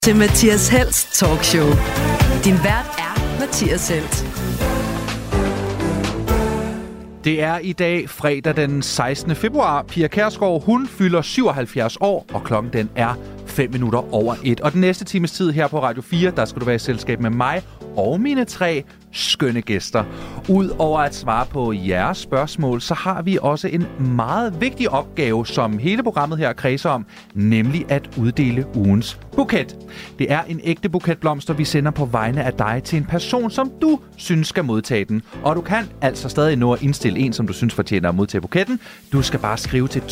til Mathias Helts talkshow. Din vært er Mathias Helt. Det er i dag fredag den 16. februar. Pia Kjærsgaard, hun fylder 77 år, og klokken den er 1:05. Og den næste times tid her på Radio 4, der skal du være i selskab med mig og mine 3 skønne gæster. Udover at svare på jeres spørgsmål, så har vi også en meget vigtig opgave, som hele programmet her kredser om, nemlig at uddele ugens buket. Det er en ægte buket blomster, vi sender på vegne af dig til en person, som du synes skal modtage den. Og du kan altså stadig nå at indstille en, som du synes fortjener at modtage buketten. Du skal bare skrive til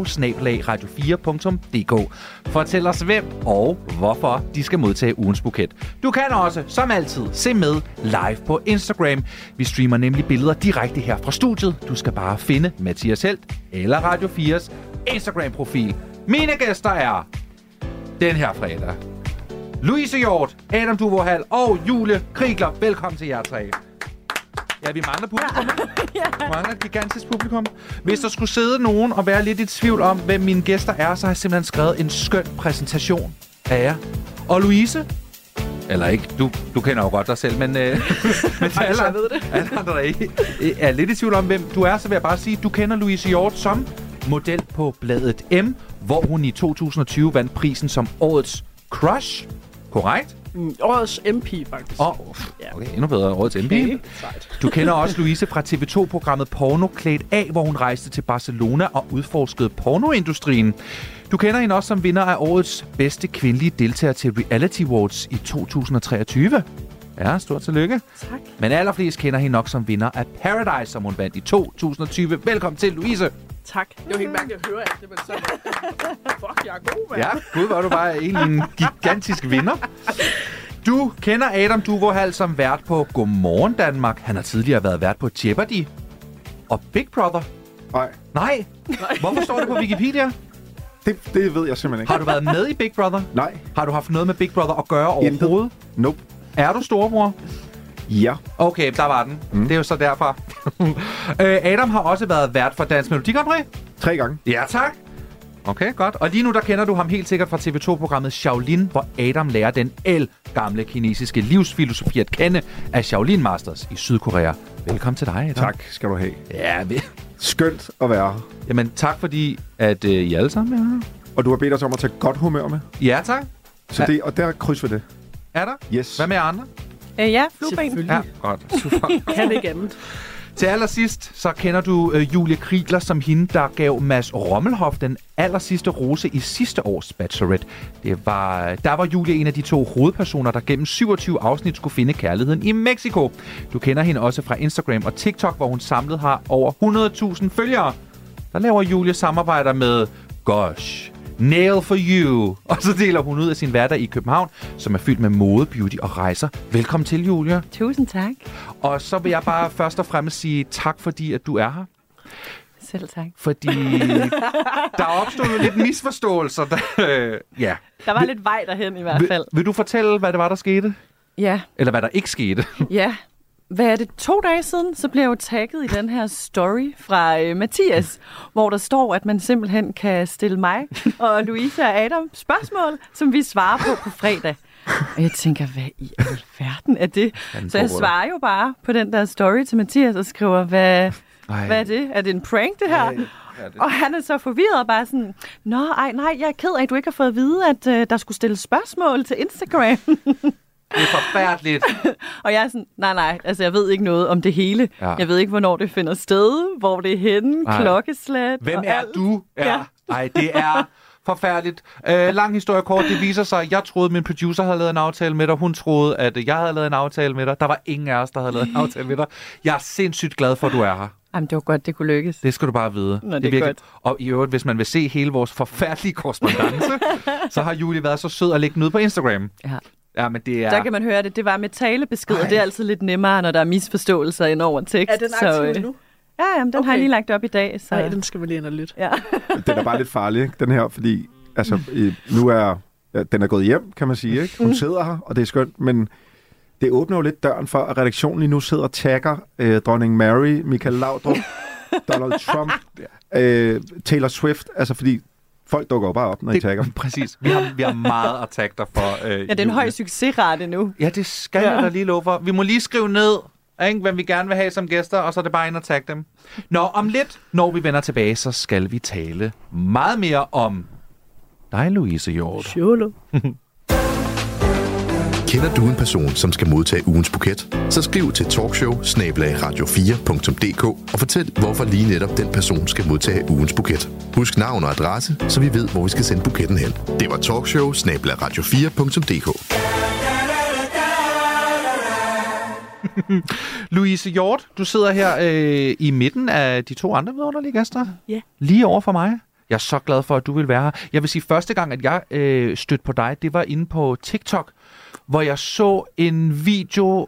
talkshow@radio4.dk. Fortæl os, hvem og hvorfor de skal modtage ugens buket. Du kan også, som altid, se med live på Instagram. Vi streamer nemlig billeder direkte her fra studiet. Du skal bare finde Mathias Helt eller Radio 4's Instagram-profil. Mine gæster er den her fredag Louise Hjort, Adam Duvohal og Julie Krigler. Velkommen til jer 3. Ja, vi mangler publikum. Vi mangler et gigantisk publikum. Hvis der skulle sidde nogen og være lidt i tvivl om, hvem mine gæster er, så har jeg simpelthen skrevet en skøn præsentation af jer. Og Louise, eller ikke, du kender jo godt dig selv, men alle andre, der ikke er lidt i tvivl om, hvem du er, så vil jeg bare sige, at du kender Louise Hjort som model på bladet M, hvor hun i 2020 vandt prisen som årets crush. Korrekt? Årets MP, faktisk. Okay, endnu bedre. Årets MP. Okay. Du kender også Louise fra TV2-programmet Porno klædt af, hvor hun rejste til Barcelona og udforskede pornoindustrien. Du kender hende også som vinder af årets bedste kvindelige deltager til Reality Awards i 2023. Ja, stort tillykke. Tak. Men allerflest kender hende nok som vinder af Paradise, som hun vandt i 2020. Velkommen til, Louise. Tak. Det var helt mærkeligt at høre alt det, men så... Fuck, jeg er god, mand. Ja, gud, var du bare egentlig en gigantisk vinder. Du kender Adam Duvohal som vært på Godmorgen Danmark. Han har tidligere været vært på Jeopardy og Big Brother. Nej. Hvorfor står det på Wikipedia? Det ved jeg simpelthen ikke. Har du været med i Big Brother? Nej. Har du haft noget med Big Brother at gøre overhovedet? Nope. Er du storebror? Ja. Okay, der var den. Det er jo så derfra. Adam har også været vært for Dansk Melodi Grand Prix. 3 gange. Ja, tak. Okay, godt. Og lige nu, der kender du ham helt sikkert fra TV2-programmet Shaolin, hvor Adam lærer den gamle kinesiske livsfilosofi at kende af Shaolin Masters i Sydkorea. Velkommen til dig, Adam. Tak skal du have. Ja, skønt at være her. Jamen, tak fordi, at I alle sammen er her. Og du har bedt os om at tage godt humør med. Ja, tak. Så det, og der krydser vi det. Er der? Yes. Hvad med andre? Ja, flueben. Ja, godt. Super. Kan det ikke andet. Til allersidst, så kender du Julie Krigler som hende, der gav Mads Rommelhoff den allersidste rose i sidste års Bachelorette. Der var Julie en af de 2 hovedpersoner, der gennem 27 afsnit skulle finde kærligheden i Mexico. Du kender hende også fra Instagram og TikTok, hvor hun samlet har over 100.000 følgere. Der laver Julie samarbejder med Gosh, Nail for You. Og så deler hun ud af sin hverdag i København, som er fyldt med mode, beauty og rejser. Velkommen til, Julia. Tusind tak. Og så vil jeg bare først og fremmest sige tak, fordi at du er her. Selv tak. Fordi der opstod jo lidt misforståelser. Ja. Der var lidt vej derhen i hvert fald. Vil du fortælle, hvad det var, der skete? Ja. Eller hvad der ikke skete? Ja. Hvad er det? 2 dage siden, så blev jeg jo tagget i den her story fra Mathias, hvor der står, at man simpelthen kan stille mig og Louise og Adam spørgsmål, som vi svarer på fredag. Og jeg tænker, hvad i alverden er det? Så jeg svarer jo bare på den der story til Mathias og skriver, hvad er det? Er det en prank, det her? Og han er så forvirret og bare sådan, nej, jeg er ked af, at du ikke har fået at vide, at der skulle stilles spørgsmål til Instagram. Det er forfærdeligt. Og jeg er sådan, nej, altså jeg ved ikke noget om det hele. Ja. Jeg ved ikke, hvornår det finder sted, hvor det er henne, klokkeslæt. Hvem og er alt. du? Nej, det er forfærdeligt. Lang historie kort, det viser sig, jeg troede, min producer havde lavet en aftale med dig. Hun troede, at jeg havde lavet en aftale med dig. Der var ingen af os, der havde lavet en aftale med dig. Jeg er sindssygt glad for, at du er her. Jamen, det var godt, det kunne lykkes. Det skal du bare vide. Nå, det er godt. Og i øvrigt, hvis man vil se hele vores forfærdelige korrespondance, så har Julie været så sød at lægge den ud på Instagram. Ja. Ja, men det er... Der kan man høre det. Det var med talebeskeder. Det er altid lidt nemmere, når der er misforståelser ind over tekst. Er den aktiv nu? Ja, jamen, den har jeg lige lagt op i dag. Så... Nej, den skal vi lige ind og lytte. Ja. Den er bare lidt farlig, ikke? Den her, fordi altså, nu er den er gået hjem, kan man sige. Ikke? Hun sidder her, og det er skønt, men det åbner jo lidt døren for, at redaktionen lige nu sidder og tagger dronning Mary, Michael Laudrup, Donald Trump, Taylor Swift, altså fordi Folk dukker jo bare op, når I tagger dem. Præcis. Vi har meget at tagge dig for. Ja, det er en høj succesrate nu. Ja, det skal jeg da lige love for. Vi må lige skrive ned, ikke, hvem vi gerne vil have som gæster, og så er det bare ind og tagge dem. Nå, om lidt, når vi vender tilbage, så skal vi tale meget mere om dig, Louise Hjort. Sjolo. Kender du en person, som skal modtage ugens buket? Så skriv til talkshow@radio4.dk og fortæl, hvorfor lige netop den person skal modtage ugens buket. Husk navn og adresse, så vi ved, hvor vi skal sende buketten hen. Det var talkshow@radio4.dk. Louise Hjort, du sidder her i midten af de 2 andre vidunderlige gæster. Ja. Lige over for mig. Jeg er så glad for, at du vil være her. Jeg vil sige, første gang, at jeg stødte på dig, det var inde på TikTok, hvor jeg så en video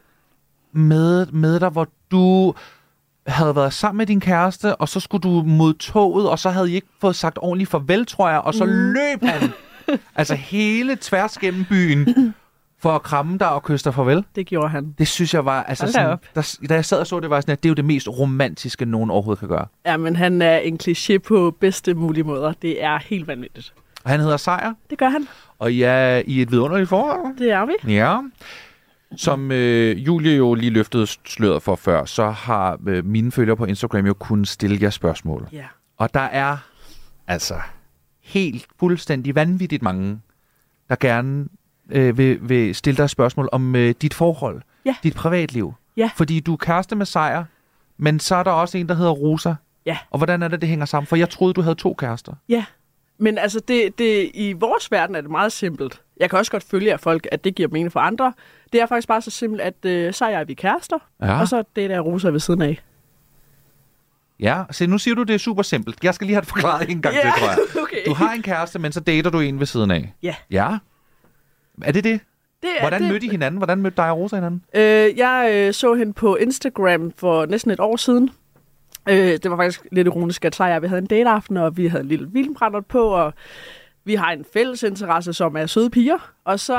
med dig, hvor du havde været sammen med din kæreste, og så skulle du mod toget, og så havde I ikke fået sagt ordentligt farvel, tror jeg, og så løb han altså hele tværs gennem byen for at kramme dig og kysse dig farvel. Det gjorde han. Det synes jeg var, altså sådan, da jeg sad og så det, var sådan, at det er jo det mest romantiske, nogen overhovedet kan gøre. Ja, men han er en kliché på bedste mulige måder. Det er helt vanvittigt. Han hedder Sejr. Det gør han. Og I er i et vidunderligt forhold. Det er vi. Ja. Som Julie jo lige løftede sløret for før, så har mine følgere på Instagram jo kunnet stille jer spørgsmål. Ja. Og der er altså helt fuldstændig vanvittigt mange, der gerne vil stille dig spørgsmål om dit forhold, dit privatliv. Ja. Fordi du er kæreste med Sejr, men så er der også en, der hedder Rosa. Ja. Og hvordan er det hænger sammen? For jeg troede, du havde 2 kærester. Ja. Men altså, i vores verden er det meget simpelt. Jeg kan også godt følge af folk, at det giver mening for andre. Det er faktisk bare så simpelt, at så er jeg vi kærester, og så det der Rosa ved siden af. Ja, så nu siger du, det er super simpelt. Jeg skal lige have det forklaret en gang til, tror jeg. Okay. Du har en kæreste, men så dater du en ved siden af. Ja. Ja? Er det? Hvordan mødte I hinanden? Hvordan mødte dig og Rosa hinanden? Jeg så hende på Instagram for næsten et år siden. Det var faktisk lidt ironisk, at vi havde en dateaften, og vi havde en lille vildbrændert på, og vi har en fælles interesse, som er søde piger. Og så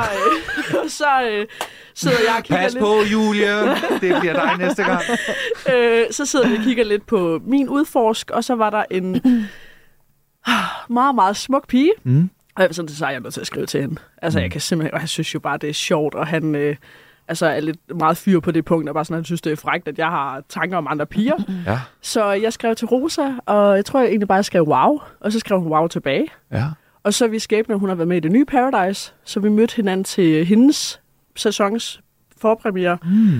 sidder jeg og kigger Pas lidt... på, Julie! Det bliver dig næste gang. Så sidder vi og kigger lidt på min udforsk, og så var der en meget, meget smuk pige. Mm. Og jeg var sådan, så er jeg nødt til at skrive til hende. Altså, jeg kan simpelthen... Og jeg synes jo bare, det er sjovt, og han... er lidt meget fyr på det punkt, og bare sådan, han synes, det er frækt, at jeg har tanker om andre piger. Ja. Så jeg skrev til Rosa, og jeg tror jeg egentlig bare skrev wow, og så skrev hun wow tilbage. Ja. Og så er vi skæbne, hun har været med i det nye Paradise, så vi mødte hinanden til hendes sæsons forpremiere.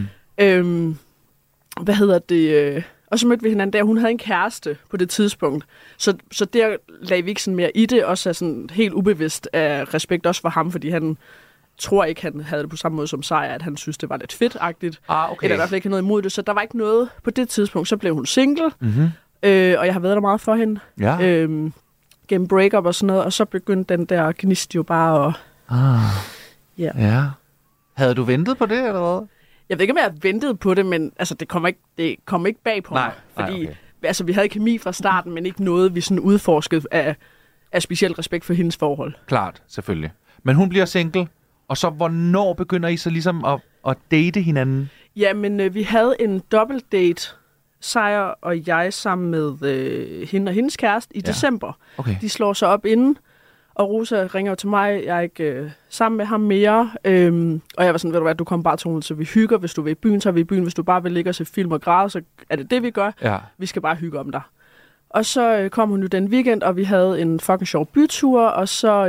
Og så mødte vi hinanden der, hun havde en kæreste på det tidspunkt. Så der lagde vi ikke sådan mere i det, også sådan helt ubevidst af respekt også for ham, fordi han tror ikke, han havde det på samme måde som Sejr, at han synes, det var lidt fedt-agtigt. Okay. Eller i hvert fald ikke noget imod det. Så der var ikke noget på det tidspunkt. Så blev hun single, og jeg har været der meget for hende. Ja. Gennem breakup og sådan noget, og så begyndte den der gnist jo bare at... Ja. Havde du ventet på det, eller hvad? Jeg ved ikke, om jeg ventede på det, men altså, det kom ikke bag på mig. Fordi altså, vi havde kemi fra starten, men ikke noget, vi sådan udforskede af specielt respekt for hendes forhold. Klart, selvfølgelig. Men hun bliver single, og så hvornår begynder I så ligesom at date hinanden? Jamen, vi havde en dobbeltdate, Sejr og jeg, sammen med hende og hendes kæreste i december. Okay. De slår sig op inden, og Rosa ringer jo til mig. Jeg er ikke sammen med ham mere. Og jeg var sådan, ved du hvad, du kommer bare til, så vi hygger. Hvis du vil i byen, så er vi i byen. Hvis du bare vil ligge og se film og græde, så er det vi gør. Ja. Vi skal bare hygge om dig. Og så kom hun jo den weekend, og vi havde en fucking sjov bytur, og så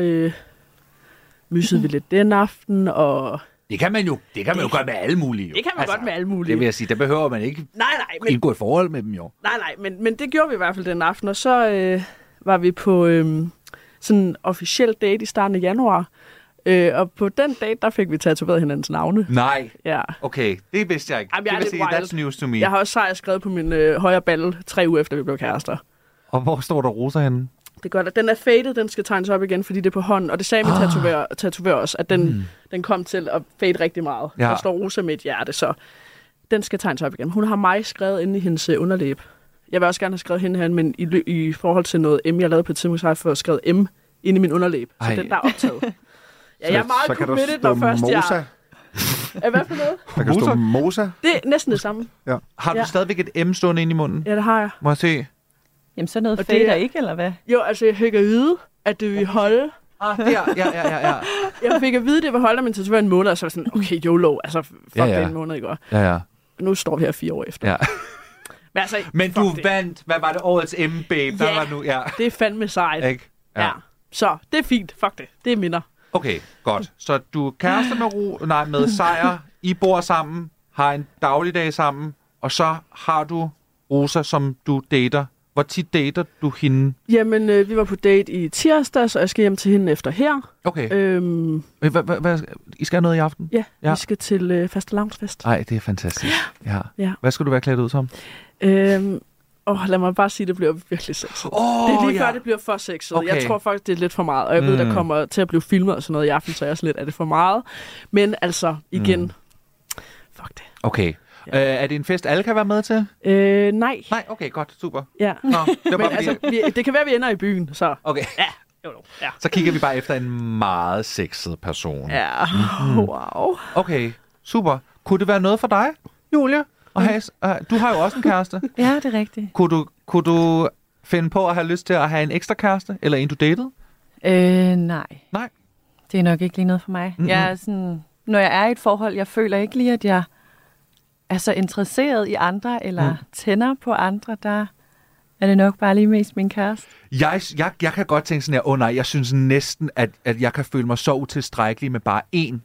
myssede vi lidt den aften, og... Det kan man jo gøre med alle mulige. Jo. Det kan man godt med alle mulige. Det vil jeg sige, der behøver man ikke men, indgå et forhold med dem jo. Nej, men det gjorde vi i hvert fald den aften, og så var vi på sådan en officiel date i starten af januar. Og på den date, der fik vi tatoveret hinandens navne. Nej. Ja. Okay, det vidste jeg ikke. Jamen, det vil sige, that's news to me. Jeg har også skrevet på min højre balle 3 uger efter, vi blev kærester. Og hvor står der Rosa henne? Det gør det. Den er faded, den skal tegnes op igen, fordi det er på hånden. Og det sagde min tatovør også, at den kom til at fade rigtig meget. Ja. Der står Rosa med et hjerte, så den skal tegnes op igen. Hun har mig skrevet inde i hendes underlæb. Jeg vil også gerne have skrevet hende her, men i forhold til noget M, jeg lavede på et tidspunkt, så har jeg fået skrevet M inde i min underlæb. Så den der er optaget. Ja, jeg er meget committed, når først jeg... Hvad for noget? Der kan stå Mosa. Det er næsten det samme. Ja. Har du stadigvæk et M stående inde i munden? Ja, det har jeg. Må jeg se? Jamen, så noget fader ikke, eller hvad? Jo, altså jeg hækker yde. at det ville holde. Ja. Jeg fik at vide, at det ville holde min tatovør en måned, og så var sådan, okay, YOLO, altså fuck det en måned i går. Ja. Nu står vi her 4 år efter. Ja. Men du det. vandt, hvad var det, årets M-babe? Ja, var nu? Ja, det er fandme sejt. ikke? Ja. Så det er fint, fuck det. Det er minder. Okay, godt. Så du er kæreste med Sejr, I bor sammen, har en dagligdag sammen, og så har du Rosa, som du dater. Hvor tit dater du hende? Jamen, vi var på date i tirsdag, så jeg skal hjem til hende efter her. Okay. I skal have noget i aften? Ja. Vi skal til fastelavnsfest. Nej, det er fantastisk. Ja. Hvad skal du være klædt ud som? Lad mig bare sige, at det bliver virkelig sexet. Det er lige før, det bliver for sexet. Okay. Jeg tror faktisk, det er lidt for meget. Og jeg ved, der kommer til at blive filmet og sådan noget i aften, så jeg er sådan lidt, er det for meget? Men altså, igen, fuck det. Okay. Ja. Er det en fest, alle kan være med til? Nej. Nej, okay, godt, super. Ja. Nå, det var Men bare, altså, det kan være, vi ender i byen, så... Okay. Ja. Så kigger vi bare efter en meget sexet person. Ja, wow. Okay, super. Kunne det være noget for dig, Julia? Du har jo også en kæreste. Ja, det er rigtigt. Kunne du finde på at have lyst til at have en ekstra kæreste? Eller en, du datede? Nej. Nej? Det er nok ikke lige noget for mig. Mm-hmm. Jeg er sådan, når jeg er i et forhold, jeg føler ikke lige, at jeg er så interesseret i andre, eller tænder på andre, der er det nok bare lige mest min kæreste. Jeg kan godt tænke sådan her, nej, jeg synes næsten, at jeg kan føle mig så utilstrækkelig med bare én.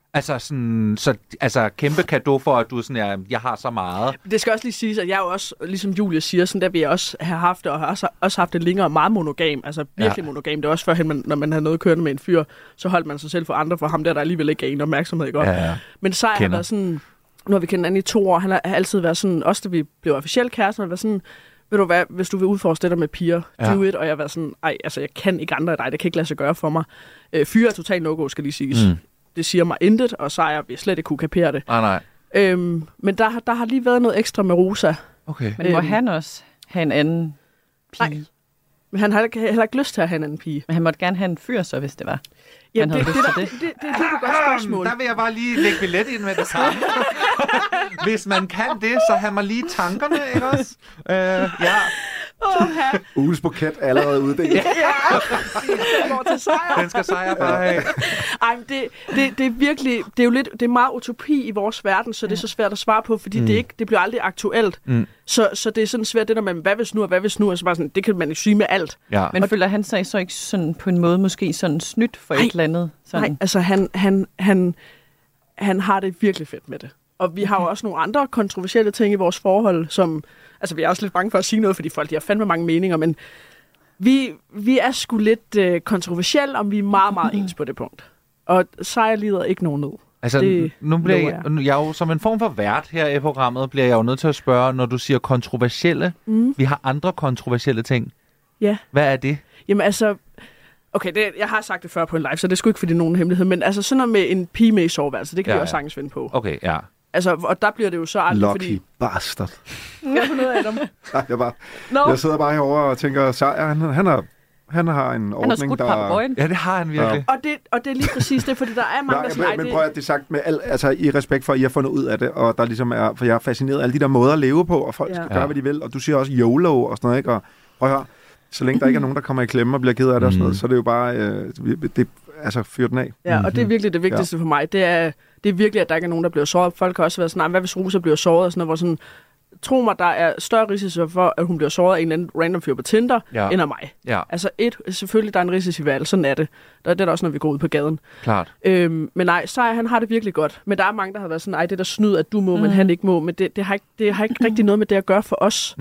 Altså kæmpe cadeau for, at du er sådan, jeg har så meget. Det skal også lige siges, at jeg jo også, ligesom Julia siger, sådan der vil jeg også have haft det, og har også haft det længere meget monogam, altså virkelig monogam. Det er også førhen, når man havde noget kørende med en fyr, så holdt man sig selv for andre, for ham der alligevel ikke er en opmærksomhed, ikke? Ja. Men så har været sådan, nu har vi kendt hinanden i 2 år, han har altid været sådan, også da vi blev officielt kærester, han var sådan, ved du hvad, hvis du vil udforske det der med piger, do it, og jeg var sådan, jeg kan ikke andre af dig, det kan ikke lade sig gøre for mig. Fyre er totalt no-go, skal lige siges. Det siger mig intet, og så jeg slet ikke kunne kapere det. Nej. Men der har lige været noget ekstra med Rosa. Okay. Men må han også have en anden pige? Nej. Men han har heller ikke lyst til at have en anden pige. Men han måtte gerne have en fyr, så hvis det var. Ja, det er et godt spørgsmål. Der vil jeg bare lige lægge billet ind med det samme. Hvis man kan det, så har man lige tankerne, ikke også? Ja. Ugens buket er allerede uddelt. Ja, den går til Sejr. Den skal Sejr bare have. Ej, men det er virkelig, det er jo lidt, det er meget utopi i vores verden, så det er så svært at svare på, fordi det bliver aldrig aktuelt. Så det er sådan svært det der med, hvad hvis nu, og så bare sådan, det kan man jo sige med alt. Ja. Men føler han sig så ikke sådan på en måde måske sådan snydt for et eller andet? Sådan. Nej, altså han har det virkelig fedt med det. Og vi har jo også nogle andre kontroversielle ting i vores forhold, som... Altså, vi er også lidt bange for at sige noget, fordi folk de har fandme mange meninger, men vi er sgu lidt kontroversielle, om vi er meget, meget ens på det punkt. Og Sejr lider ikke nogen nød. Altså, nu bliver jeg jo som en form for vært her i programmet, bliver jeg jo nødt til at spørge, når du siger kontroversielle. Vi har andre kontroversielle ting. Ja. Hvad er det? Jamen altså... Okay, jeg har sagt det før på en live, så det er sgu ikke, fordi det er nogen hemmelighed, men altså sådan noget med en pige med i soveværelset, det kan vi også sagtens finde på. Okay, ja. Altså, og der bliver det jo så aldrig, Lucky fordi... bastard. Hvad for noget af dem? Nej, jeg sidder bare herovre og tænker, Sejr, han har en ordning, der... Ja, det har han virkelig. Ja. Og det er lige præcis det, fordi der er mange, der siger... Men prøv at det sagt med altså i respekt for, at I har fundet ud af det, og der ligesom er... For jeg er fascineret af alle de der måder at leve på, og folk skal gøre, hvad de vil. Og du siger også YOLO og sådan noget, ikke? Og prøv at høre, så længe der ikke er nogen, der kommer i klemme og bliver ked af det og sådan noget, så er det jo bare... fyr den af. Ja, og det er virkelig det vigtigste for mig. Det er virkelig, at der ikke er nogen, der bliver såret. Folk kan også være sådan, hvad hvis Rosa bliver såret? Og sådan noget, hvor sådan, tro mig, der er større risiko for, at hun bliver såret af en eller anden random fyr på Tinder, end af mig. Ja. Altså selvfølgelig, der er en risiko ved alt. Sådan er det. Det er der også, når vi går ud på gaden. Klart. Men nej, Sejr, han har det virkelig godt. Men der er mange, der har været sådan, det der snyd, at du må, men han ikke må. Men det har ikke rigtig noget med det at gøre for os.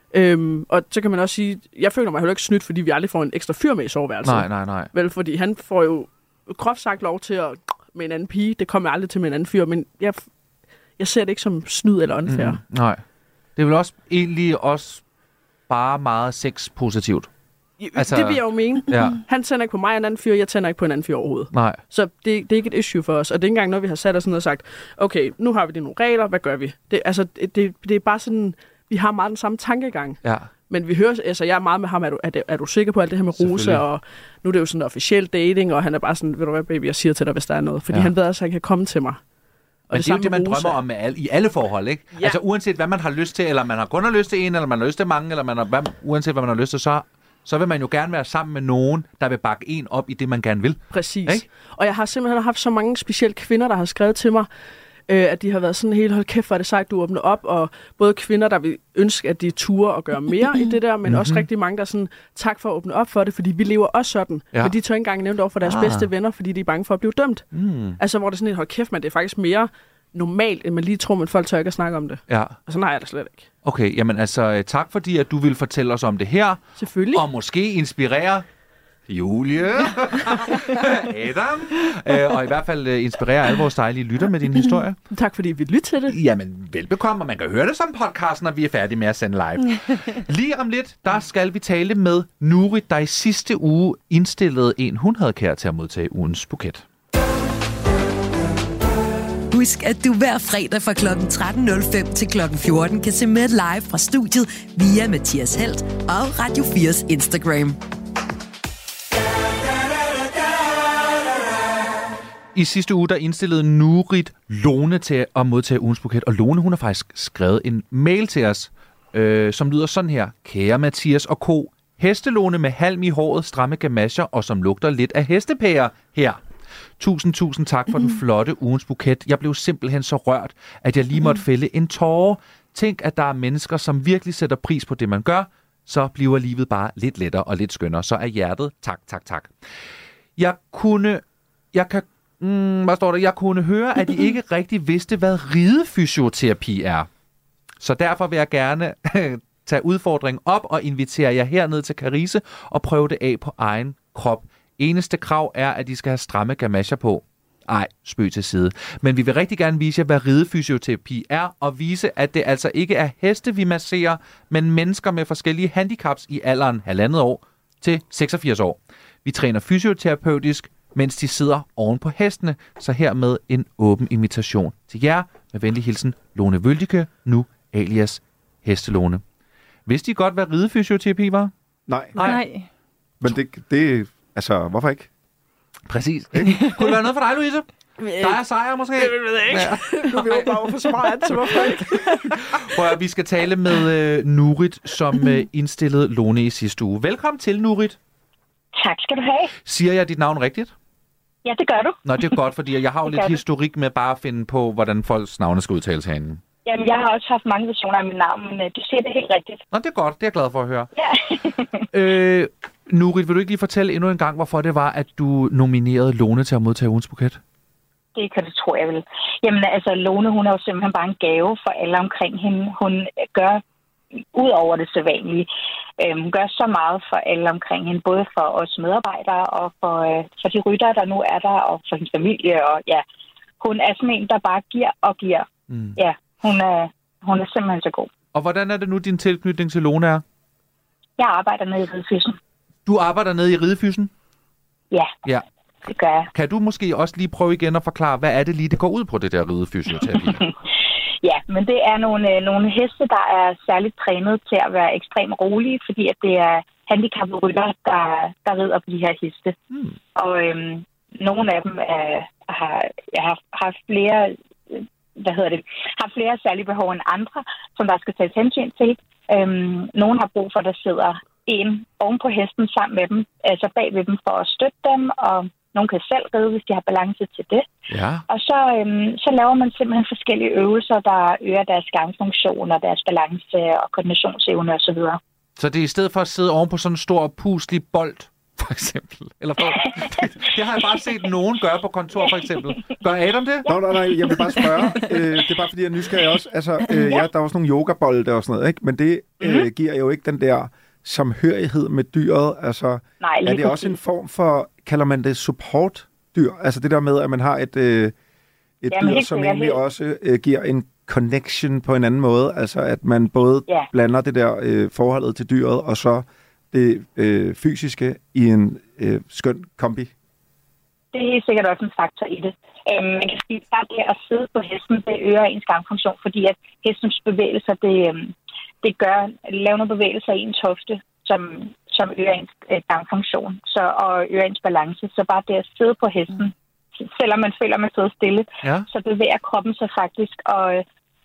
Og så kan man også sige, jeg føler mig heller ikke snydt, fordi vi aldrig får en ekstra fyr med i soveværelset. Nej. Vel, fordi han får jo groft sagt lov til at med en anden pige. Det kommer aldrig til med en anden fyr, men jeg ser det ikke som snyd eller unfair. Nej. Det er vel også egentlig også bare meget sexpositivt. Altså, det vil jeg jo mene. Ja. Han tænder ikke på mig en anden fyr, jeg tænder ikke på en anden fyr overhovedet. Nej. Så det er ikke et issue for os. Og det er ikke engang noget, vi har sat os ned og sagt, okay, nu har vi nogle regler, hvad gør vi? Det er bare sådan, vi har meget den samme tankegang. Ja. Men vi hører, altså jeg er meget med ham, er du sikker på alt det her med Rosa, og nu er det jo sådan officiel dating, og han er bare sådan, ved du hvad baby, jeg siger til dig, hvis der er noget. Fordi han ved også, at han kan komme til mig. Og men det er jo det, man drømmer om i alle forhold, ikke? Ja. Altså uanset hvad man har lyst til, eller man har kun har lyst til en, eller man har lyst til mange, eller uanset hvad man har lyst til, så vil man jo gerne være sammen med nogen, der vil bakke en op i det, man gerne vil. Præcis. Ikke? Og jeg har simpelthen haft så mange specielle kvinder, der har skrevet til mig, at de har været sådan helt, hold kæft, hvor er det sejt, du åbner op, og både kvinder, der vil ønske, at de turer og gøre mere i det der, men også rigtig mange, der er sådan, tak for at åbne op for det, fordi vi lever også sådan, men de tør ikke engang nævne det over for deres bedste venner, fordi de er bange for at blive dømt. Altså, hvor det er sådan helt, hold kæft, men det er faktisk mere normalt, end man lige tror, men folk tør ikke at snakke om det. Ja. Og sådan har jeg det slet ikke. Okay, jamen altså, tak fordi, at du vil fortælle os om det her. Selvfølgelig. Og måske inspirere Julie, Adam, og i hvert fald inspirere alle vores dejlige lytter med din historie. Tak fordi vi lytter til det. Jamen, velbekomme, og man kan høre det som podcast, når vi er færdige med at sende live. Lige om lidt, der skal vi tale med Nurit, der i sidste uge indstillede en, hun havde kær til at modtage ugens buket. Husk, at du hver fredag fra kl. 13.05 til kl. 14 kan se med live fra studiet via Mathias Helt og Radio 4's Instagram. I sidste uge, der indstillede Nurit Lone til at modtage ugens buket. Og Lone, hun har faktisk skrevet en mail til os, som lyder sådan her. Kære Mathias og ko, hestelone med halm i håret, stramme gamasjer og som lugter lidt af hestepærer her. Tusind tak for den flotte ugens buket. Jeg blev simpelthen så rørt, at jeg lige måtte fælde en tåre. Tænk, at der er mennesker, som virkelig sætter pris på det, man gør. Så bliver livet bare lidt lettere og lidt skønnere. Så af hjertet, tak. Jeg kunne høre, at I ikke rigtig vidste, hvad ridefysioterapi er. Så derfor vil jeg gerne tage udfordringen op og invitere jer herned til Karise og prøve det af på egen krop. Eneste krav er, at I skal have stramme gamasjer på. Ej, spøg til side. Men vi vil rigtig gerne vise jer, hvad ridefysioterapi er, og vise, at det altså ikke er heste, vi masserer, men mennesker med forskellige handicaps i alderen 1,5 år til 86 år. Vi træner fysioterapeutisk, mens de sidder oven på hestene, så hermed en åben invitation til jer. Med venlig hilsen, Lone Vøldike, nu alias Hestelone. Vidste I godt, hvad ridefysioterapi var? Nej. Men det altså, hvorfor ikke? Præcis. Kunne det være noget for dig, Louise? Der er sejr, måske? Det ved jeg ikke. Ja. Nu vil jeg bare for så meget, så hvorfor ikke? Prøv at, vi skal tale med Nurit, som indstillede Lone i sidste uge. Velkommen til, Nurit. Tak skal du have. Siger jeg dit navn rigtigt? Ja, det gør du. Nå, det er godt, fordi jeg har jo lidt historik med bare at finde på, hvordan folks navne skal udtales herinde. Jamen, jeg har også haft mange versioner af mit navn, men du siger det helt rigtigt. Nå, det er godt. Det er jeg glad for at høre. Ja. Nurit, vil du ikke lige fortælle endnu en gang, hvorfor det var, at du nominerede Lone til at modtage ugens buket? Det kan du tro, jeg vil. Jamen, altså, Lone, hun er jo simpelthen bare en gave for alle omkring hende. Hun gør ud over det sædvanlige. Hun gør så meget for alle omkring hende, både for os medarbejdere og for de ryttere, der nu er der, og for hendes familie. Og ja, hun er sådan en, der bare giver og giver. Ja, hun er simpelthen så god. Og hvordan er det nu, din tilknytning til Lone er? Jeg arbejder nede i Ridefysen. Du arbejder nede i Ridefysen? Ja, det gør jeg. Kan du måske også lige prøve igen at forklare, hvad er det lige, det går ud på, det der ridefysioterapi? Ja, men det er nogle heste, der er særligt trænet til at være ekstremt rolige, fordi at det er handicappede ryttere, der rider på de her heste. Og nogle af dem har haft flere, har flere særlige behov end andre, som der skal tages hensyn til. Nogle har brug for, at der sidder en oven på hesten sammen med dem, altså bag ved dem for at støtte dem, og nogle kan selv ride, hvis de har balance til det. Ja. Og så laver man simpelthen forskellige øvelser, der øger deres gangfunktion og deres balance og koordinationsevne osv. Så det er i stedet for at sidde oven på sådan en stor puslig bold, for eksempel? Eller det har jeg bare set nogen gøre på kontor, for eksempel. Gør Adam det? Nej, jeg vil bare spørge. Det er bare fordi, jeg er nysgerrig også. Altså, der er også nogle yogabolde og sådan noget, ikke? Men det giver jo ikke den der samhørighed med dyret. Altså, nej, er det også en form for, kalder man det supportdyr? Altså det der med, at man har et dyr, som egentlig også giver en connection på en anden måde. Altså at man både blander det der forholdet til dyret, og så det fysiske i en skøn kombi. Det er helt sikkert også en faktor i det. Man kan sige, at det at sidde på hesten, det øger ens gangfunktion, fordi at hestens bevægelser, det gør, lave nogle bevægelser i ens hofte, som øger ens gangfunktion og øger ens balance. Så bare det at sidde på hesten, selvom man føler, man sidder stille, så bevæger kroppen sig faktisk,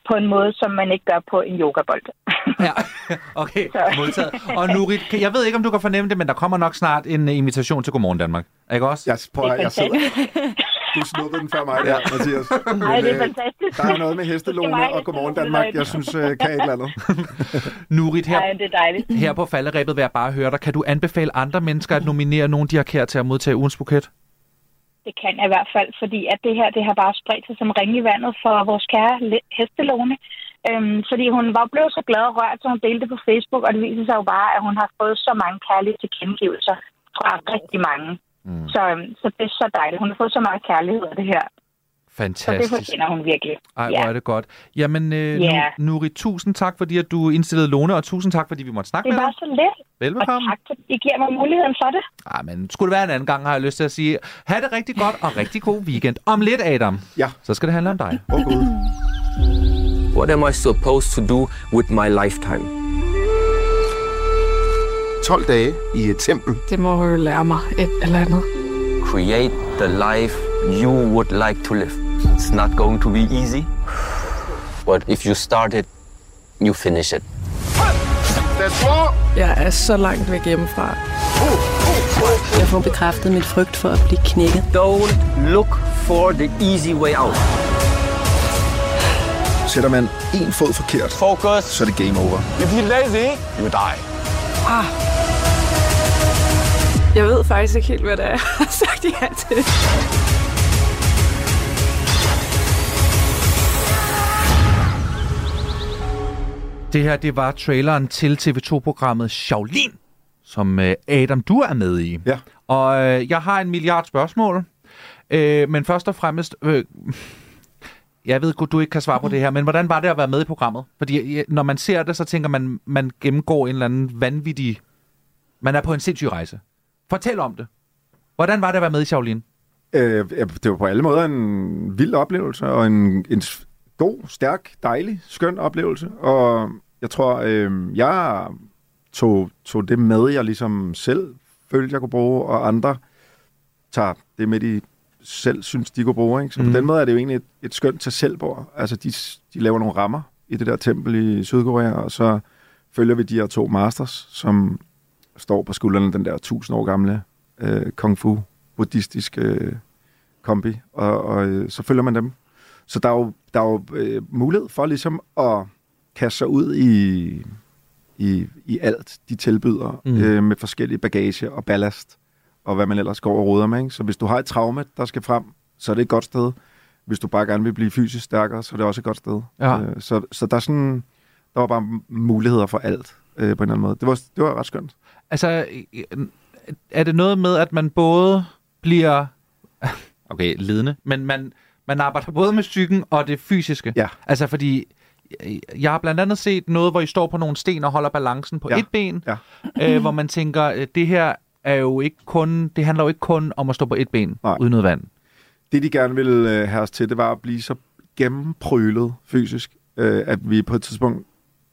på en måde, som man ikke gør på en yogabold. Ja, okay, modtaget. Og Nurit, jeg ved ikke, om du kan fornemme det, men der kommer nok snart en invitation til Godmorgen Danmark. Ikke også? Jeg sidder. Du snuppede den før mig, ja, Mathias. Nej, det er fantastisk. Der er noget med hestelone og Godmorgen Danmark, jeg synes kan et eller andet. Nurit, det er dejligt. Her på falderebet vil jeg bare høre dig. Kan du anbefale andre mennesker at nominere nogen, de har kært til at modtage ugens buket? Det kan jeg i hvert fald, fordi at det her det har bare spredt sig som ringe i vandet for vores kære hestelone. Fordi hun var blevet så glad og rørt, så hun delte det på Facebook, og det viser sig jo bare, at hun har fået så mange kærlige tilkendegivelser fra rigtig mange. Så det er så dejligt. Hun har fået så meget kærlighed af det her. Fantastisk. Så det fortjener hun virkelig. Ej, hvor er det godt. Jamen, Nuri, tusind tak, fordi at du indstillede Lone, og tusind tak, fordi vi måtte snakke med dig. Det var så lidt. Velbekomme. Og tak, at I giver mig muligheden for det. Ej, men skulle det være en anden gang, har jeg lyst til at sige, ha' det rigtig godt og rigtig god weekend. Om lidt, Adam, så skal det handle om dig. Gud. What am I supposed to do with my lifetime? 12 dage i et tempel. Det må jo lære mig et eller andet. Create the life you would like to live. It's not going to be easy. But if you start it, you finish it. Jeg er så langt væk hjemmefra. Jeg får bekræftet mit frygt for at blive knækket. Don't look for the easy way out. Sætter man en fod forkert, Focus. så er det game over. If you're lazy, you die. Jeg ved faktisk ikke helt, hvad det er, jeg har sagt ja til. Det her, det var traileren til TV2-programmet Shaolin, som Adam, du er med i. Ja. Og jeg har 1 milliard spørgsmål, men først og fremmest... Jeg ved godt, du ikke kan svare på det her, men hvordan var det at være med i programmet? Fordi når man ser det, så tænker man gennemgår en eller anden vanvittig... Man er på en sindssyg rejse. Fortæl om det. Hvordan var det at være med i Shaolin? Det var på alle måder en vild oplevelse, og en god, stærk, dejlig, skøn oplevelse. Og jeg tror, jeg tog det med, jeg ligesom selv følte, jeg kunne bruge, og andre tager det med, de selv synes, de kunne bruge. Ikke? Så på den måde er det jo egentlig et skønt til selvbord. Altså, de laver nogle rammer i det der tempel i Sydkorea, og så følger vi de her 2 masters, som står på skuldrene den der 1000 år gamle kung fu buddhistisk kombi, og så følger man dem. Så der er jo mulighed for ligesom at kaste sig ud i alt, de tilbyder, med forskellige bagage og ballast, og hvad man ellers går og roder med. Ikke? Så hvis du har et traume, der skal frem, så er det et godt sted. Hvis du bare gerne vil blive fysisk stærkere, så er det også et godt sted. Ja. Så der var bare muligheder for alt på en eller anden måde. Det var ret skønt. Altså, er det noget med, at man både bliver... Okay, lidende, men man arbejder både med psyken og det fysiske. Ja. Altså, fordi jeg har blandt andet set noget, hvor I står på nogle sten og holder balancen på et ben, hvor man tænker, det her er jo ikke kun... Det handler jo ikke kun om at stå på et ben uden noget vand. Det, de gerne ville have os til, det var at blive så gennemprølet fysisk, at vi på et tidspunkt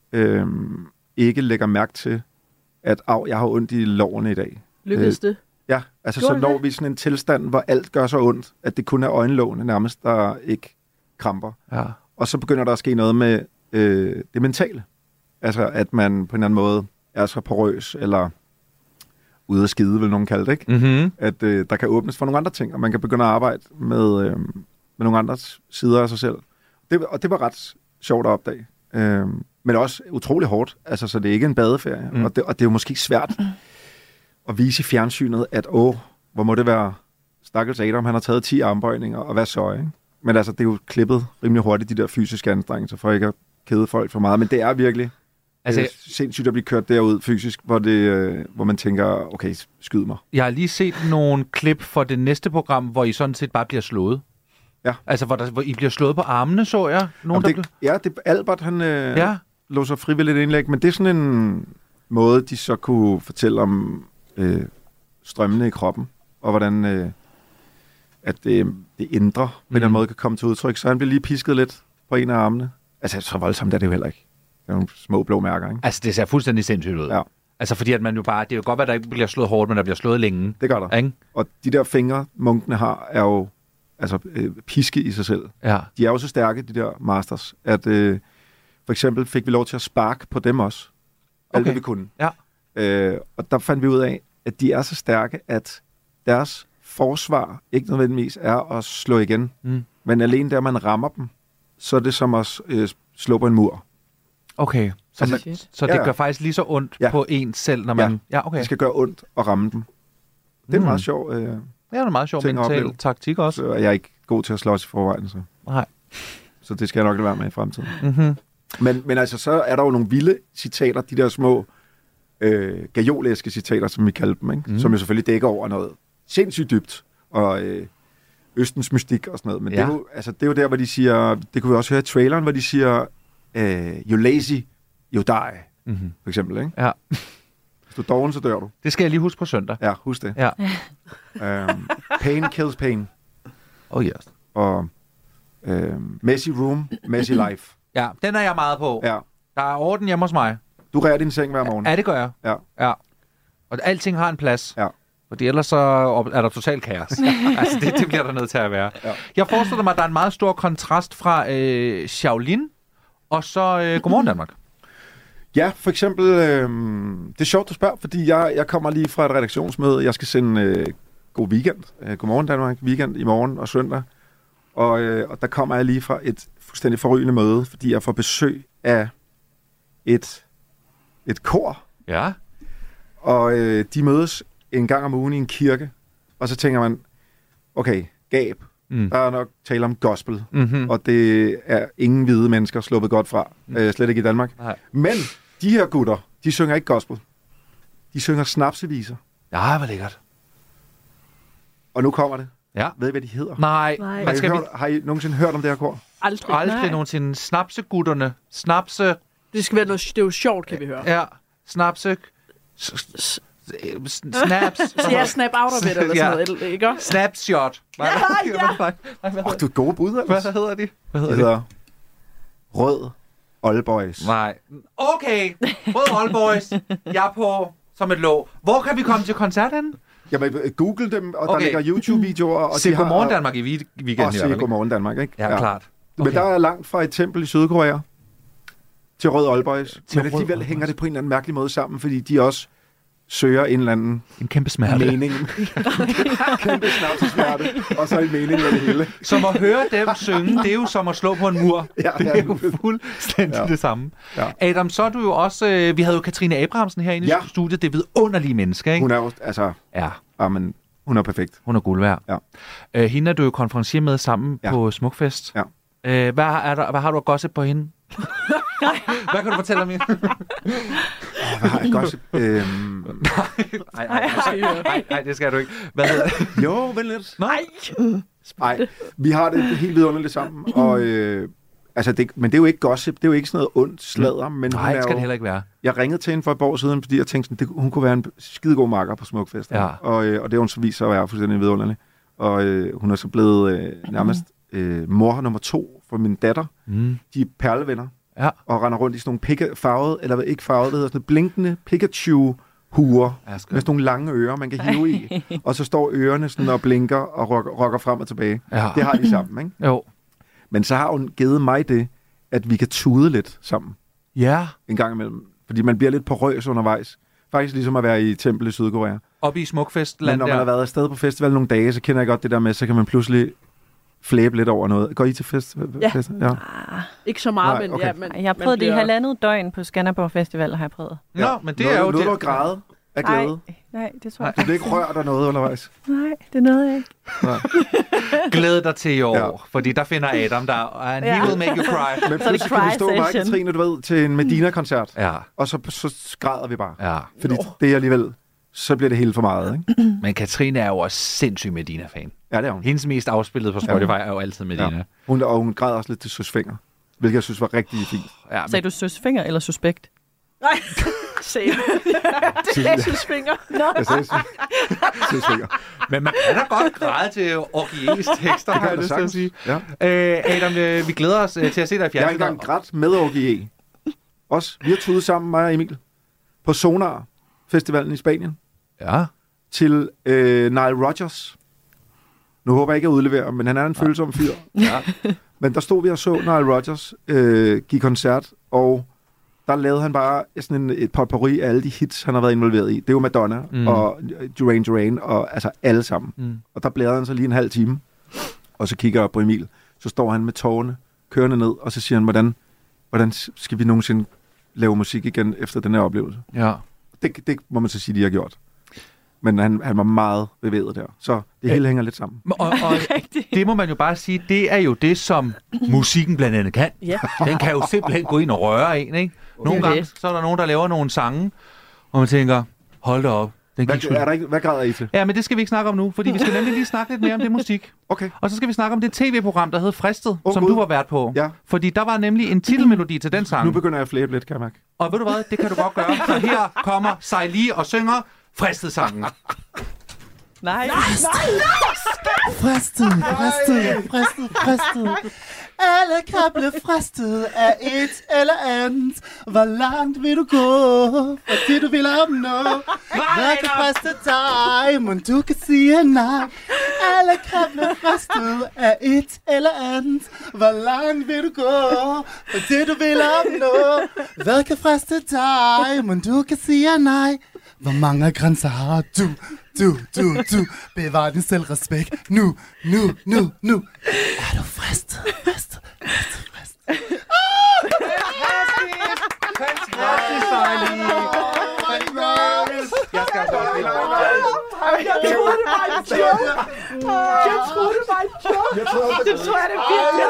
ikke lægger mærke til, at jeg har ondt i lårene i dag. Lykkedes det? Ja, altså så når vi sådan en tilstand, hvor alt gør så ondt, at det kun er øjenlågene nærmest, der ikke kramper. Ja. Og så begynder der at ske noget med det mentale. Altså at man på en eller anden måde er så porøs, eller ude at skide, vil nogen kalde det, ikke? Mm-hmm. At der kan åbnes for nogle andre ting, og man kan begynde at arbejde med nogle andre sider af sig selv. Og det var ret sjovt at opdage. Men også utrolig hårdt, altså så det er ikke en badeferie. Og det er jo måske svært at vise i fjernsynet, at hvor må det være stakkels Adam, han har taget 10 armbøjninger, og hvad så, ikke? Men altså, det er jo klippet rimelig hurtigt, de der fysiske anstrengelser, for ikke at kede folk for meget. Men det er virkelig sindssygt at blive kørt derud fysisk, hvor man tænker, okay, skyd mig. Jeg har lige set nogle klip for det næste program, hvor I sådan set bare bliver slået. Ja. Altså, hvor I bliver slået på armene, så jeg. Det Albert, han lå så frivilligt indlæg, men det er sådan en måde, de så kunne fortælle om strømmene i kroppen, og hvordan at det indre på en eller anden måde kan komme til udtryk. Så han blev lige pisket lidt på en af armene. Altså, så voldsomt er det jo heller ikke. Det er nogle små blå mærker, ikke? Altså, det ser fuldstændig sindssygt ud. Ja. Altså, fordi at man jo bare... Det er jo godt, at der ikke bliver slået hårdt, men der bliver slået længe. Det gør der. Ikke? Og de der fingre, munkene har, er jo piske i sig selv. Ja. De er jo så stærke, de der masters, at for eksempel fik vi lov til at sparke på dem også. Alt det vi kunne. Ja. Og der fandt vi ud af, at de er så stærke, at deres forsvar ikke nødvendigvis er at slå igen. Men alene der, man rammer dem, så er det som at slå på en mur. Okay. Så det gør faktisk lige så ondt på en selv, når man... Ja, okay. Det skal gøre ondt at ramme dem. Det er en meget sjov... det er en meget sjov mental taktik også. Så jeg er ikke god til at slås i forvejen. Så. Nej. Så det skal jeg nok lade være med i fremtiden. Men altså, så er der jo nogle vilde citater, de der små gajolæske citater, som vi kalder dem, ikke? Som jo selvfølgelig dækker over noget sindssygt dybt, og Østens mystik og sådan noget. Men det er jo der, hvor de siger, det kunne vi også høre i traileren, hvor de siger, you lazy, you die, for eksempel, ikke? Ja. Hvis du er doven, så dør du. Det skal jeg lige huske på søndag. Ja, husk det. Ja. Pain kills pain. Oh yes. Og messy room, messy life. Ja, den er jeg meget på. Ja. Der er orden hjemme hos mig. Du rærer din seng hver morgen. Ja, det gør jeg. Ja. Og alting har en plads. Ja. Fordi ellers så er der total kaos. Altså, det bliver der nødt til at være. Ja. Jeg forestiller mig, at der er en meget stor kontrast fra Shaolin og så Godmorgen Danmark. Ja, for eksempel, det er sjovt, du spørger, fordi jeg kommer lige fra et redaktionsmøde. Jeg skal sende god weekend. Godmorgen Danmark weekend i morgen og søndag. Og der kommer jeg lige fra et fuldstændig forrygende møde, fordi jeg får besøg af et kor. Ja. Og de mødes en gang om ugen i en kirke. Og så tænker man, okay, gab. Der er nok tale om gospel. Og det er ingen hvide mennesker sluppet godt fra. Slet ikke i Danmark. Nej. Men de her gutter, de synger ikke gospel. De synger snapseviser. Ja, hvor lækkert. Og nu kommer det. Ja. Ved I, hvad de hedder? Nej. Har I nogensinde hørt om det her kor? Aldrig nogensinde. Snapsegutterne. Snapse... Det skal være noget, det er jo sjovt, kan vi høre. Ja. Snapse... Snaps. Ja, snap out of it, eller sådan noget, ikke? Snapshot. Ja. Du er gode bud, ellers. Hvad hedder de? De hedder Rød All Boys. Nej. Okay. Rød All Boys. Jeg er på som et låg. Hvor kan vi komme til koncerten? Jamen, google dem, og der ligger YouTube-videoer. Og se Godmorgen Danmark i weekenden. Og se Godmorgen Danmark, ikke? Ja, klart. Okay. Men der er langt fra et tempel i Sydkorea til Rød All Boys. Men alligevel hænger det på en eller anden mærkelig måde sammen, fordi de også søger en eller anden kæmpe smerte. Mening. Kæmpe snapsesmerte. Og så en mening med det hele. Som at høre dem synge, det er jo som at slå på en mur. Ja, det er jo fuldstændig det samme. Ja. Adam, så er du jo også... vi havde jo Katrine Abrahamsen herinde i studiet. Det er vidunderlige mennesker, ikke? Hun er jo... Altså... Ja. Men hun er perfekt. Hun er guld værd. Ja. Hende er du jo konferencier med sammen på Smukfest. Ja. Hvad har du at gossip på hende? Hvad kan du fortælle om hende? Hvad har jeg gossip? Nej, det skal du ikke. Hvad hedder det? Jo, vel lidt. Nej, vi har det helt vidunderligt sammen. Og, men det er jo ikke gossip. Det er jo ikke sådan noget ondt sladder. Men nej, det skal det heller ikke være. Jeg ringede til hende for et par år siden, fordi jeg tænkte, sådan, hun kunne være en skidegod makker på Smukfest. Ja. Og det har hun så vist sig at være fuldstændig vidunderlig. Og hun er så blevet nærmest mor nummer 2 for min datter. De er perlevenner. Ja. Og render rundt i sådan nogle farvede, eller ikke farvede, det hedder sådan blinkende Pikachu-huer med sådan nogle lange ører, man kan hive i. Og så står ørerne sådan og blinker og rokker frem og tilbage. Ja. Det har de sammen, ikke? Jo. Men så har hun givet mig det, at vi kan tude lidt sammen. Ja. En gang imellem. Fordi man bliver lidt på røs undervejs. Faktisk ligesom at være i tempel i Sydkorea. Oppe i Smukfestland. Men når man har været afsted på festival nogle dage, så kender jeg godt det der med, så kan man pludselig flæbe lidt over noget. Går I til fest? Ja. Ikke så meget, nej, okay. men jeg har prøvet det i 1,5 døgn på Skanderborg Festival, har jeg prøvet. Nå, men det er jo det. Du græde af glæde? Nej, det tror jeg ikke. Du bliver ikke rørt af noget undervejs? Nej, det nåede jeg ikke. Glæd dig til i år, fordi der finder Adam der, and he will make you cry. Men pludselig kan vi stå mig, Katrine, du ved, til en Medina-koncert, og så græder vi bare. Ja. Fordi det er alligevel, så bliver det helt for meget, ikke? Men Katrine er jo også sindssyg Medina-fan. Ja, det er hun. Hendes mest afspillet på Spotify er jo altid Medina. Ja. Hun græder også lidt til Søsfinger, hvilket jeg synes var rigtig fint. Ja, men... Sagde du Søsfinger eller suspekt? Nej, sagde det er Søsfinger. Jeg sagde Søsfinger. Men man kan da godt græde til Orgies tekster, har jeg lyst til at sige. Ja. Adam, vi glæder os til at se dig i fjernsynet. Jeg har engang grædt med Orgie. Også, vi har tudet sammen, mig og Emil, på Sonar Festivalen i Spanien. Ja. Til Nile Rodgers. Nu håber jeg ikke at udlevere, men han er en følsom fyr. Ja. Men der stod vi og så Nile Rodgers give koncert, og der lavede han bare sådan et potpourri af alle de hits, han har været involveret i. Det er jo Madonna og Duran Duran, og altså alle sammen. Og der bladrede han så lige en halv time, og så kigger jeg på Emil. Så står han med tårerne kørende ned, og så siger han, hvordan skal vi nogensinde lave musik igen efter den her oplevelse? Ja. Det må man så sige, de har gjort. Men han var meget bevæget der. Så det hele hænger lidt sammen. Og det må man jo bare sige, det er jo det, som musikken blandt andet kan. Ja. Den kan jo simpelthen gå ind og røre en, ikke? Nogle gange, så er der nogen, der laver nogle sange, og man tænker, hold da op. Hvad græder I til? Ja, men det skal vi ikke snakke om nu, fordi vi skal nemlig lige snakke lidt mere om det musik. Okay. Og så skal vi snakke om det tv-program, der hed Fristet, som du var vært på. Ja. Fordi der var nemlig en titelmelodi til den sang. Nu begynder jeg at flæbe lidt, kan jeg mærke. Og ved du hvad, det kan du godt gøre. Så her kommer Sejli og synger Fristet-sangen. Nej. Fristet. Alle kan blive fristet af et eller andet. Hvor langt vil du gå, for det du vil opnå? Hvad kan friste dig, men du kan sige nej. Alle kan blive fristet af et eller andet. Hvor langt vil du gå, for det du vil opnå? Hvad kan friste dig, men du kan sige nej. Hvor mange grænser har du? Du. Bevar din selvrespekt. Nu. Er du fristet? Fantastisk, Sejli. Jeg skal også spille. Jeg troede, det var en joke. Det tror jeg, det virkelig.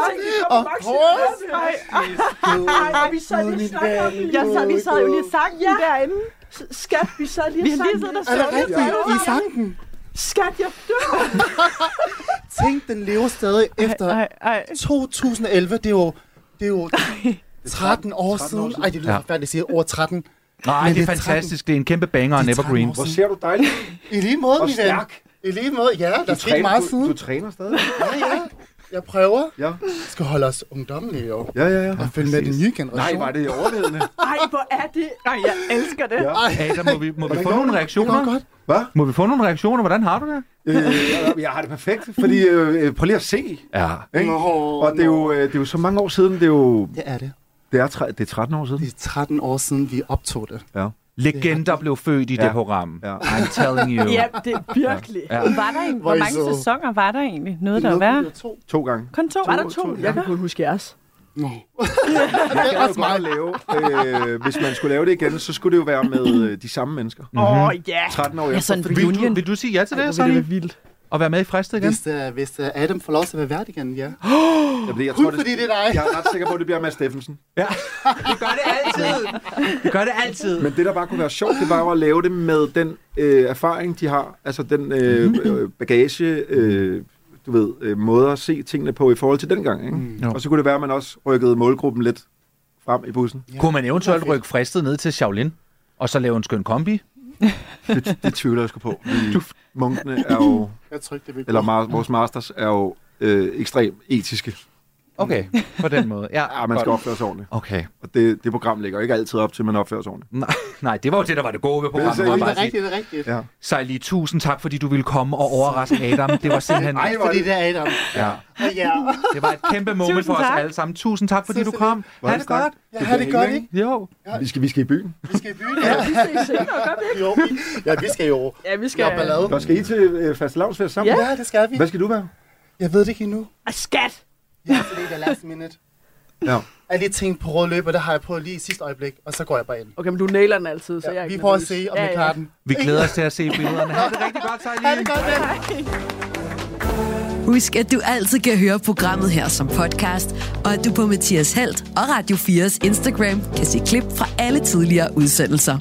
Vi sad lige og snakkede om det. Vi sad jo lige og sang derinde. Skat, vi sad lige og sang. Er det rigtigt? I sangen? Skat, jeg dør. Tænk, den lever stadig efter 2011. Det er jo 13 år siden. Ej, det lyder forfærdeligt at sige over 13. Nej, det er fantastisk. Det er en kæmpe banger og Evergreen. Hvor ser du dejligt? I lige måde, min ven. I lige måde, ja. Der skete meget siden. Du træner stadig? Ja. Jeg prøver. Ja. Skal holde os ungdommelige, jo. Ja. Og følge med den nye generation. Nej, var det overledende. Ej, hvor er det? Ej, jeg elsker det. Ja. Adam, må vi få nogle reaktioner? Godt. Hvad? Må vi få nogle reaktioner? Hvordan har du det? Jeg har det perfekt, fordi prøv lige at se. Ja. Og det er jo så mange år siden. Det er det. Det er 13 år siden. Det er 13 år siden, vi optog det. Ja. Legender blev født i det program. Ja. I'm telling you. Ja, det er virkelig. Ja. Hvor mange sæsoner var der egentlig? Noget, der var? 2 gange. Kun 2? Var der 2? Jeg kan kun huske jeres. Jeg kan også meget lave. Hvis man skulle lave det igen, så skulle det jo være med de samme mennesker. 13 år efter. Vil du sige ja til det, så? Det er vildt. Og være med i Fristet igen? Hvis Adam får lov til at være vært igen, ja. Jeg tror, fordi det er dig. Jeg er ret sikker på, at det bliver Mads Steffensen. Ja, det gør det altid. Men det, der bare kunne være sjovt, det var jo at lave det med den erfaring, de har. Altså den bagage, du ved, måde at se tingene på i forhold til dengang. Ikke? Og så kunne det være, at man også rykkede målgruppen lidt frem i bussen. Ja. Kunne man eventuelt rykke Fristet ned til Shaolin, og så lave en skøn kombi? Det tvivler jeg sgu på. Munkene er jo, vores masters er jo ekstremt etiske. Okay, på den måde. Ja, man skal opføre sig ordentligt. Okay. Og det program ligger ikke altid op til, at man opfører sig ordentligt. Nej, det var jo det, der var det gode ved programmet. Det er rigtigt. Ja. Sejli, tusind tak, fordi du ville komme og overraske Adam. Det var simpelthen... Ej, fordi det er Adam. Ja. Det var et kæmpe moment for os alle sammen. Tusind tak, fordi du kom. Ha' det godt. Ja, ha' det godt, ikke? Jo. Vi skal i byen. Vi skal jo. Ja, vi skal. Og skal I til fastelavnsfest sammen? Ja, det skal vi. Hvad skal du være? Jeg ved det ikke endnu. Skat! Ja, fordi det er last minute. Ja. Jeg lige tænkt på rød løber, det har jeg på lige i sidste øjeblik, og så går jeg bare ind. Okay, men du nailer den altid, så jeg vi prøver at se, om vi klarer den. Vi glæder os til at se billederne. Ha' det rigtig godt, Sejli. Ha' det godt, Husk, at du altid kan høre programmet her som podcast, og at du på Mathias Helt og Radio 4's Instagram kan se klip fra alle tidligere udsendelser.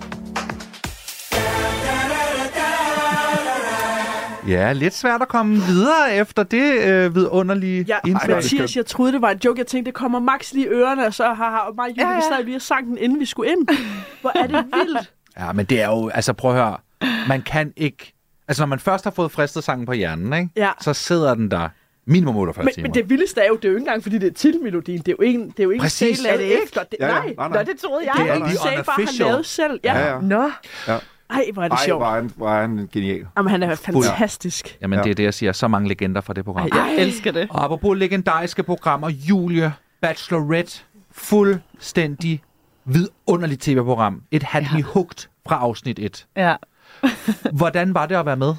Ja, lidt svært at komme videre efter det vidunderlige indslag. Mathias, jeg troede, det var en joke. Jeg tænkte, det kommer max lige i ørerne, og så har mig og Julie, vi sad lige og sang den, inden vi skulle ind. Hvor er det vildt. Ja, men det er jo, altså prøv at høre, man kan ikke, altså når man først har fået fristet sangen på hjernen, ikke? Ja. Så sidder den der minimum 48 timer. Men det vildeste er jo, det er jo ikke engang, fordi det er titelmelodien. Det er jo ikke præcis. Lavet efter. Nej, det troede jeg. Det er de sagde bare, har lavet selv. Ja. Nå. Ja. Ej, hvor er det sjovt. Hvor er han genial. Jamen, han er fantastisk. Jamen, det er det, jeg siger. Så mange legender fra det program. Ej, jeg elsker det. Og apropos legendariske programmer, Julie, Bachelorette, fuldstændig vidunderligt tv-program. Et had me hooked fra afsnit 1. Ja. Hvordan var det at være med?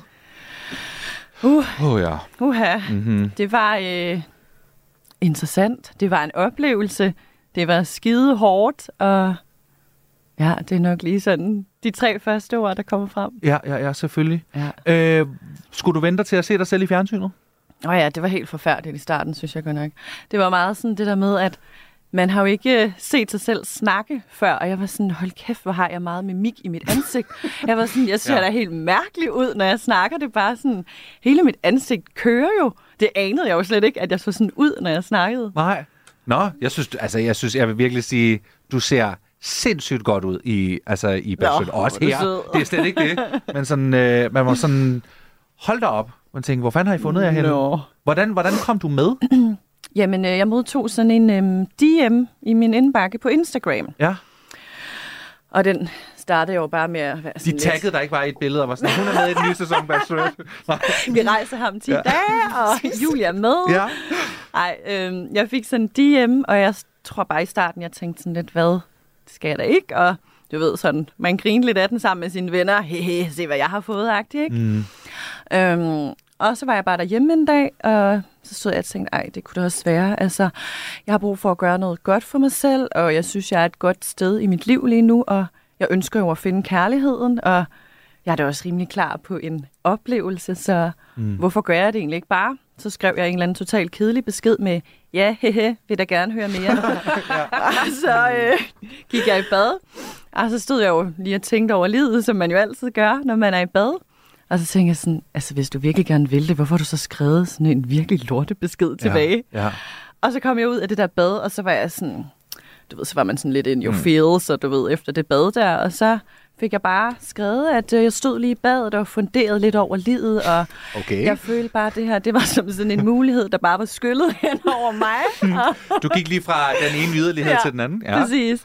Det var interessant. Det var en oplevelse. Det var skide hårdt, og ja, det er nok lige sådan de 3 første ord, der kommer frem. Ja, selvfølgelig. Ja. Skulle du vente til at se dig selv i fjernsynet? Ja, det var helt forfærdeligt i starten, synes jeg godt nok. Det var meget sådan det der med, at man har jo ikke set sig selv snakke før, og jeg var sådan, hold kæft, hvor har jeg meget mimik i mit ansigt. Jeg var sådan, jeg ser da helt mærkeligt ud, når jeg snakker. Det er bare sådan, hele mit ansigt kører jo. Det anede jeg jo slet ikke, at jeg så sådan ud, når jeg snakkede. Nej. Nå, jeg vil virkelig sige, du ser sindssygt godt ud i Bachelor. Også her. Det er slet ikke det. Men sådan, man må sådan holde dig op. Man tænker, hvor fanden har I fundet jer henne? Hvordan kom du med? Jamen, jeg modtog sådan en DM i min indbakke på Instagram. Ja. Og den startede jo bare med at være sådan de taggede dig ikke bare i et billede og var sådan, hun er med i et ny sæson Bachelorette. Vi rejser ham 10 dage, og Julia er med. Ja. Ej, jeg fik sådan en DM, og jeg tror bare i starten, jeg tænkte sådan lidt, hvad? Det skal jeg da ikke, og du ved sådan, man griner lidt af den sammen med sine venner. Hehe, se hvad jeg har fået, agtigt, ikke? Og så var jeg bare derhjemme en dag, og så stod jeg og tænkte, ej, det kunne da også være. Altså, jeg har brug for at gøre noget godt for mig selv, og jeg synes, jeg er et godt sted i mit liv lige nu, og jeg ønsker jo at finde kærligheden, og jeg er da også rimelig klar på en oplevelse, så hvorfor gør jeg det egentlig ikke bare? Så skrev jeg en eller anden totalt kedelig besked med, ja, vil da gerne høre mere. Og så gik jeg i bad, og så stod jeg jo lige og tænkte over livet, som man jo altid gør, når man er i bad. Og så tænkte jeg sådan, altså hvis du virkelig gerne vil det, hvorfor har du så skrevet sådan en virkelig lortebesked tilbage? Ja. Og så kom jeg ud af det der bad, og så var jeg sådan, du ved, så var man sådan lidt in your feels, og du ved, efter det bad der, og så fik jeg bare skrevet, at jeg stod lige i badet og funderede lidt over livet, og jeg følte bare, at det her, det var som sådan en mulighed, der bare var skyllet hen over mig. Du gik lige fra den ene yderlighed til den anden. Ja, præcis.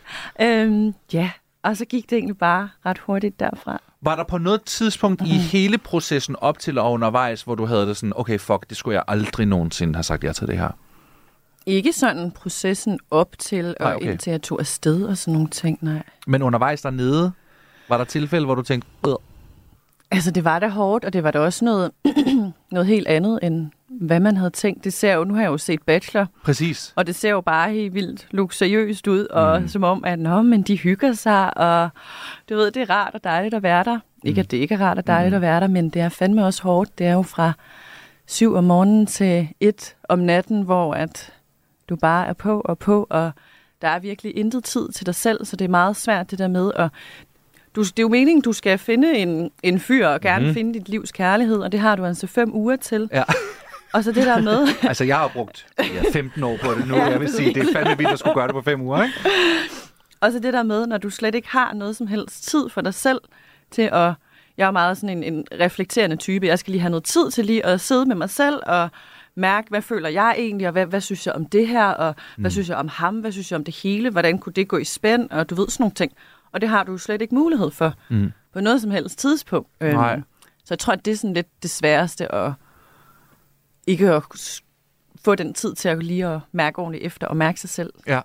Og så gik det egentlig bare ret hurtigt derfra. Var der på noget tidspunkt i hele processen op til og undervejs, hvor du havde det sådan, okay, fuck, det skulle jeg aldrig nogensinde have sagt ja til det her? Ikke sådan processen op til, og indtil jeg tog afsted og sådan nogle ting, nej. Men undervejs dernede, var der tilfælde, hvor du tænkte, Altså, det var da hårdt, og det var da også noget helt andet, end hvad man havde tænkt. Det ser jo, nu har jeg jo set Bachelor. Præcis. Og det ser jo bare helt vildt luksuriøst ud, og som om, at men de hygger sig, og du ved, det er rart og dejligt at være der. Ikke, at det ikke er rart og dejligt at være der, men det er fandme også hårdt. Det er jo fra 7 om morgenen til 1 om natten, hvor at du bare er på, og der er virkelig intet tid til dig selv, så det er meget svært det der med at... Det er jo meningen, du skal finde en fyr og gerne finde dit livs kærlighed, og det har du altså 5 uger til. Ja. Og så det der med... Altså, jeg har brugt 15 år på det nu. Jeg vil sige, det er fandme vildt at skulle gøre det på 5 uger, ikke? Og så det der med, når du slet ikke har noget som helst tid for dig selv til at... Jeg er meget sådan en reflekterende type. Jeg skal lige have noget tid til lige at sidde med mig selv og mærke, hvad føler jeg egentlig, og hvad synes jeg om det her, og hvad synes jeg om ham, hvad synes jeg om det hele, hvordan kunne det gå i spænd, og du ved sådan nogle ting. Og det har du slet ikke mulighed for på noget som helst tidspunkt. Så jeg tror, at det er sådan lidt det sværeste at ikke at få den tid til at lige at mærke ordentligt efter og mærke sig selv. Ja.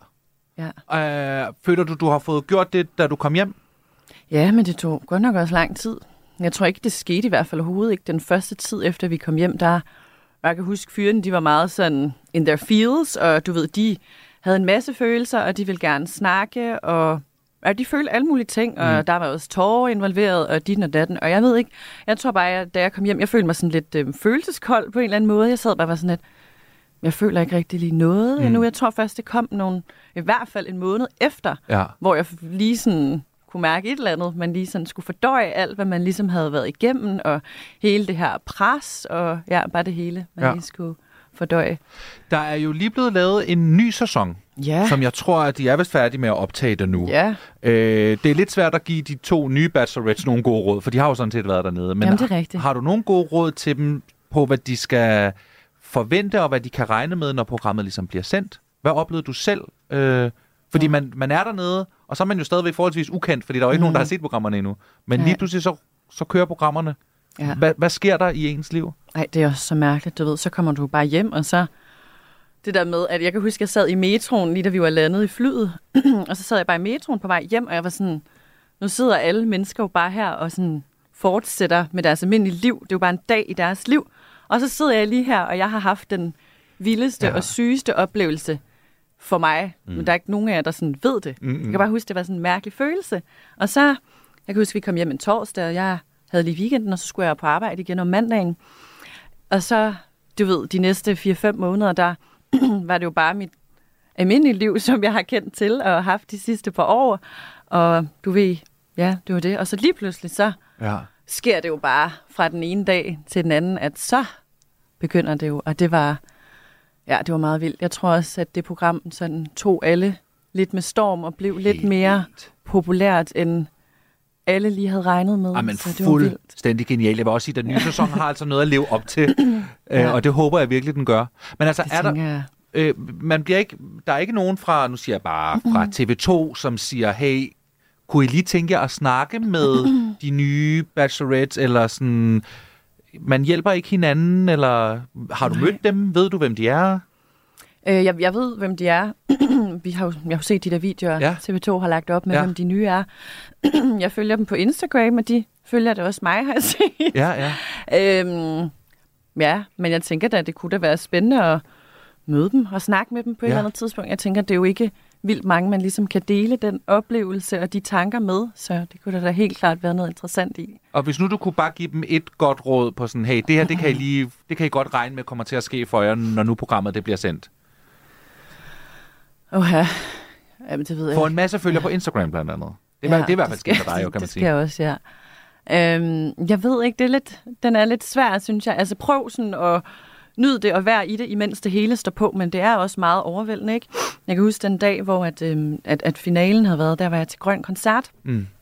Føler du har fået gjort det, da du kom hjem? Ja, men det tog godt nok også lang tid. Jeg tror ikke, det skete i hvert fald overhovedet ikke den første tid, efter vi kom hjem. Jeg kan huske, fyrene, de var meget sådan in their feels, og du ved, de havde en masse følelser, og de ville gerne snakke, og de følte alle mulige ting, og der var også tårer involveret, og dit og datten, og jeg ved ikke, jeg tror bare, da jeg kom hjem, jeg følte mig sådan lidt følelseskold på en eller anden måde. Jeg sad bare sådan lidt, jeg føler ikke rigtig lige noget endnu. Jeg tror først, det kom i hvert fald en måned efter, hvor jeg lige sådan kunne mærke et eller andet, man lige sådan skulle fordøje alt, hvad man ligesom havde været igennem, og hele det her pres, og bare det hele, man lige skulle fordøje. Der er jo lige blevet lavet en ny sæson, som jeg tror, at de er vist færdige med at optage det nu. Ja. Det er lidt svært at give de 2 nye bachelorettes nogle gode råd, for de har jo sådan set været dernede. Men jamen, det er rigtigt. Har du nogle gode råd til dem på, hvad de skal forvente, og hvad de kan regne med, når programmet ligesom bliver sendt? Hvad oplevede du selv? Fordi man er dernede, og så er man jo stadigvæk forholdsvis ukendt, fordi der er jo ikke nogen, der har set programmerne endnu. Men lige pludselig så kører programmerne. Ja. Hvad sker der i ens liv? Nej, det er også så mærkeligt, du ved. Så kommer du bare hjem, og så det der med, at jeg kan huske, at jeg sad i metroen, lige da vi var landet i flyet, og så sad jeg bare i metroen på vej hjem, og jeg var sådan, nu sidder alle mennesker jo bare her og sådan fortsætter med deres almindelige liv. Det er jo bare en dag i deres liv. Og så sidder jeg lige her, og jeg har haft den vildeste og sygeste oplevelse for mig. Men der er ikke nogen af jer, der sådan ved det. Jeg kan bare huske, det var sådan en mærkelig følelse. Og så, jeg kan huske, vi kom hjem en torsdag, og jeg havde lige weekenden, og så skulle jeg på arbejde igen om mandagen. Og så, du ved, de næste 4-5 måneder, der var det jo bare mit almindelige liv, som jeg har kendt til og haft de sidste par år. Og du ved, ja, det var det. Og så lige pludselig, så sker det jo bare fra den ene dag til den anden, at så begynder det jo. Og det var meget vildt. Jeg tror også, at det program sådan tog alle lidt med storm og blev lidt mere populært, end alle lige havde regnet med. Jamen, fuldstændig genialt. Jeg vil også sige, at den nye sæson har altså noget at leve op til, og det håber jeg virkelig, den gør. Men altså, man bliver ikke, der er ikke nogen fra, nu siger jeg bare, fra TV2, som siger, hey, kunne I lige tænke jer at snakke med de nye bachelorettes, eller sådan, man hjælper ikke hinanden, eller har du mødt dem? Ved du, hvem de er? Jeg ved, hvem de er. Jeg har jo set de der videoer, TV2 har lagt op med, hvem de nye er. Jeg følger dem på Instagram, og de følger det også mig, har jeg set. Men jeg tænker da, det kunne da være spændende at møde dem og snakke med dem på et eller andet tidspunkt. Jeg tænker, det er jo ikke vildt mange, man ligesom kan dele den oplevelse og de tanker med, så det kunne da helt klart være noget interessant i. Og hvis nu du kunne bare give dem et godt råd på sådan, hey, det her, det kan I godt regne med kommer til at ske for jer, når nu programmet det bliver sendt. Jamen, det ved jeg. Få en masse følger på Instagram blandt andet. Det er i hvert fald sket for dig, jo, kan man sige. Det skal også, jeg ved ikke, den er lidt svær, synes jeg. Altså prøv sådan at nyde det og være i det, imens det hele står på, men det er også meget overvældende, ikke? Jeg kan huske den dag, hvor at finalen havde været, der var jeg til Grøn Koncert.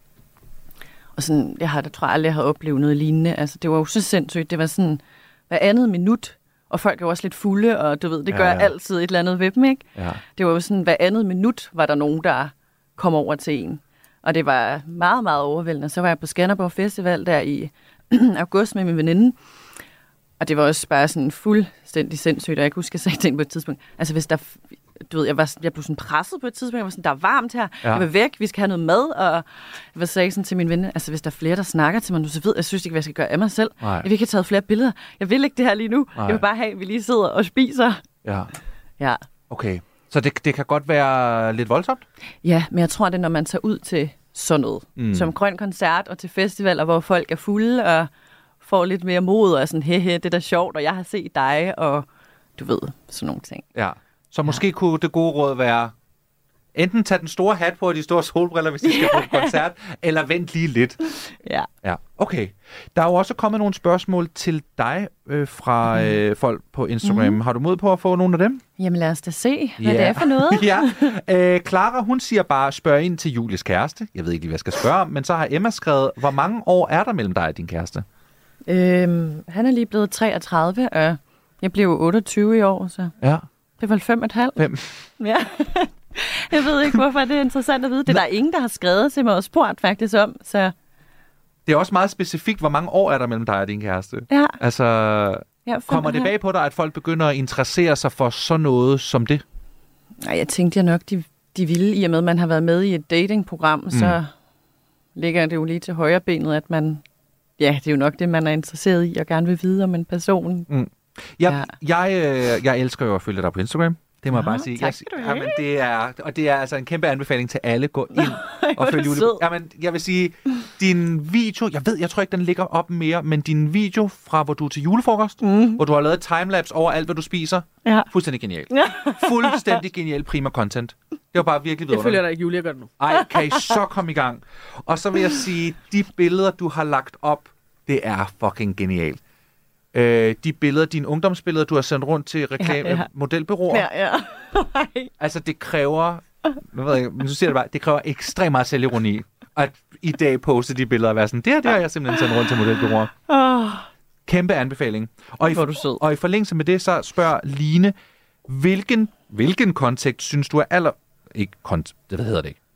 Og sådan, tror jeg aldrig, jeg har oplevet noget lignende. Altså, det var jo så sindssygt. Det var sådan hver andet minut, og folk er jo også lidt fulde, og du ved, det gør altid et eller andet ved dem, ikke? Ja. Det var jo sådan, hver andet minut var der nogen, der kom over til en. Og det var meget, meget overvældende. Så var jeg på Skanderborg Festival der i august med min veninde. Og det var også bare sådan fuldstændig sindssygt. Og jeg kan huske, at jeg sagde det på et tidspunkt. Altså hvis der, du ved, jeg blev sådan presset på et tidspunkt. Jeg var sådan, der er varmt her. Ja. Jeg var væk, vi skal have noget mad. Og jeg sagde sådan til min ven, altså hvis der er flere, der snakker til mig nu, så ved jeg synes ikke, hvad jeg skal gøre af mig selv. Nej. Jeg vil ikke have taget flere billeder. Jeg vil ikke det her lige nu. Nej. Jeg vil bare have, at vi lige sidder og spiser. Ja. Okay. Så det kan godt være lidt voldsomt? Ja, men jeg tror, det er, når man tager ud til sådan noget. Som Grøn Koncert og til festivaler, hvor folk er fulde og får lidt mere mod og sådan, det er da sjovt, og jeg har set dig, og du ved, sådan nogle ting. Ja, så måske kunne det gode råd være, enten tage den store hat på og de store solbriller, hvis de skal på koncert, eller vent lige lidt. Ja. Okay. Der er jo også kommet nogle spørgsmål til dig fra folk på Instagram. Har du mod på at få nogle af dem? Jamen lad os da se, hvad det er for noget. Clara, hun siger bare, spørg ind til Julies kæreste. Jeg ved ikke lige, hvad jeg skal spørge om, men så har Emma skrevet, hvor mange år er der mellem dig og din kæreste? Han er lige blevet 33, og jeg blev 28 i år, så det er vel 5,5. 5. Ja. Jeg ved ikke, hvorfor det er interessant at vide. Det er der ingen, der har skrevet til mig og spurgt faktisk om, så... Det er også meget specifikt, hvor mange år er der mellem dig og din kæreste. Ja. Altså, kommer det bag på dig, at folk begynder at interessere sig for sådan noget som det? Nej, jeg tænkte nok, de ville, i og med, at man har været med i et datingprogram, så ligger det jo lige til højre benet, at man... Ja, det er jo nok det, man er interesseret i og gerne vil vide om en person. Jeg elsker jo at følge dig på Instagram. Det må jeg bare sige. Tak skal du have. Det er altså en kæmpe anbefaling til alle. Gå ind og følge Julie. Jamen, jeg vil sige, din video, jeg tror ikke, den ligger op mere, men din video fra, hvor du er til julefrokost, hvor du har lavet timelapse over alt, hvad du spiser, fuldstændig genialt. Fuldstændig genial prima content. Det var bare virkelig vidunderligt. Jeg følger dig ikke, Julia gør det nu. Ej, kan I så komme i gang? Og så vil jeg sige, de billeder, du har lagt op, det er fucking genialt. De billeder, dine ungdomsbilleder, du har sendt rundt til modelbureauer. Altså, det kræver... Nu siger det bare, det kræver ekstremt meget selvironi at i dag poste de billeder og være sådan, det har jeg simpelthen sendt rundt til modelbureauer. Kæmpe anbefaling. Og i forlængelse med det, så spørger Line, hvilken kontekst synes du er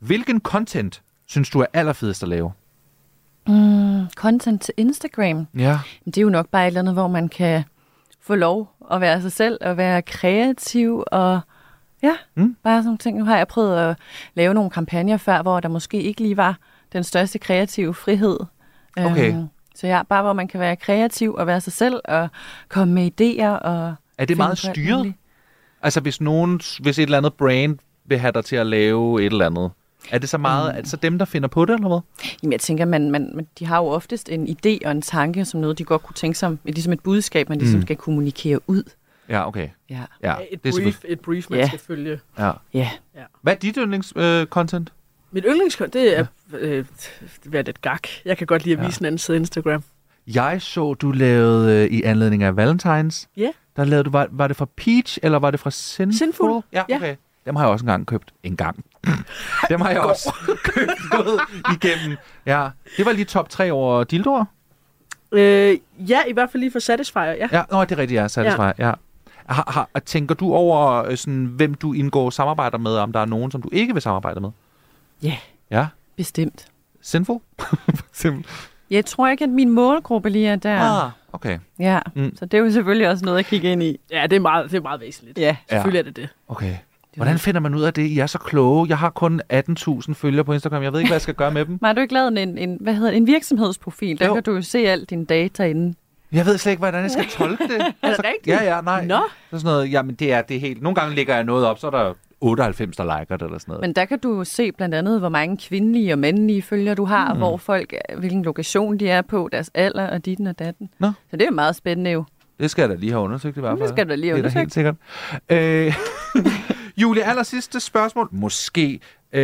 Hvilken content synes du er allerfedest at lave? Content til Instagram. Ja. Det er jo nok bare et eller andet, hvor man kan få lov at være sig selv og være kreativ og bare sådan nogle ting. Nu har jeg prøvet at lave nogle kampagner før, hvor der måske ikke lige var den største kreative frihed. Okay. Så ja, bare hvor man kan være kreativ og være sig selv og komme med idéer. Og er det meget styret? Altså hvis et eller andet brand vil have dig til at lave et eller andet, er det så meget, altså dem, der finder på det, eller hvad? Jamen, jeg tænker, de har jo oftest en idé og en tanke, som noget, de godt kunne tænke sig, ligesom et budskab, man ligesom skal kommunikere ud. Ja, okay. Ja. Et brief, man skal følge. Ja. Hvad er dit yndlingscontent? Mit yndlingscontent, det er hvad det gak. Jeg kan godt lide at vise en anden side af Instagram. Jeg så, du lavede i anledning af Valentines. Ja. Der lavede du, var det fra Peach, eller var det fra Sinful? Ja, okay. Dem har jeg også engang købt. Dem har jeg også købt noget igennem. Ja, det var lige top 3 over dildoer. Ja, i hvert fald lige for Satisfyer, ja. Ja, det er rigtigt, Satisfyer, ja. Tænker du over, sådan, hvem du indgår samarbejder med, om der er nogen, som du ikke vil samarbejde med? Ja, bestemt. Sinful? Jeg tror ikke, at min målgruppe lige er der. Okay. Ja, så det er jo selvfølgelig også noget at kigge ind i. Ja, det er meget væsentligt. Ja. Selvfølgelig er det. Okay. Hvordan finder man ud af det? I er så kloge. Jeg har kun 18.000 følgere på Instagram. Jeg ved ikke, hvad jeg skal gøre med dem. Men har du ikke lavet en virksomhedsprofil? Der kan du jo se alt dine data inde. Jeg ved slet ikke, hvordan jeg skal tolke det. Er det rigtigt? Ja, nej. Nå. Så sådan noget, jamen det er helt... Nogle gange lægger jeg noget op, så er der 98, der liker det eller sådan noget. Men der kan du se blandt andet, hvor mange kvindelige og mandlige følgere du har, hvor folk, hvilken lokation de er på, deres alder og ditten og datten. Nå. Så det er jo meget spændende jo. Det skal jeg da lige have undersøgt i hvert fald. Det skal du lige have undersøgt. Det er da helt sikkert. Julie, aller sidste spørgsmål. Måske.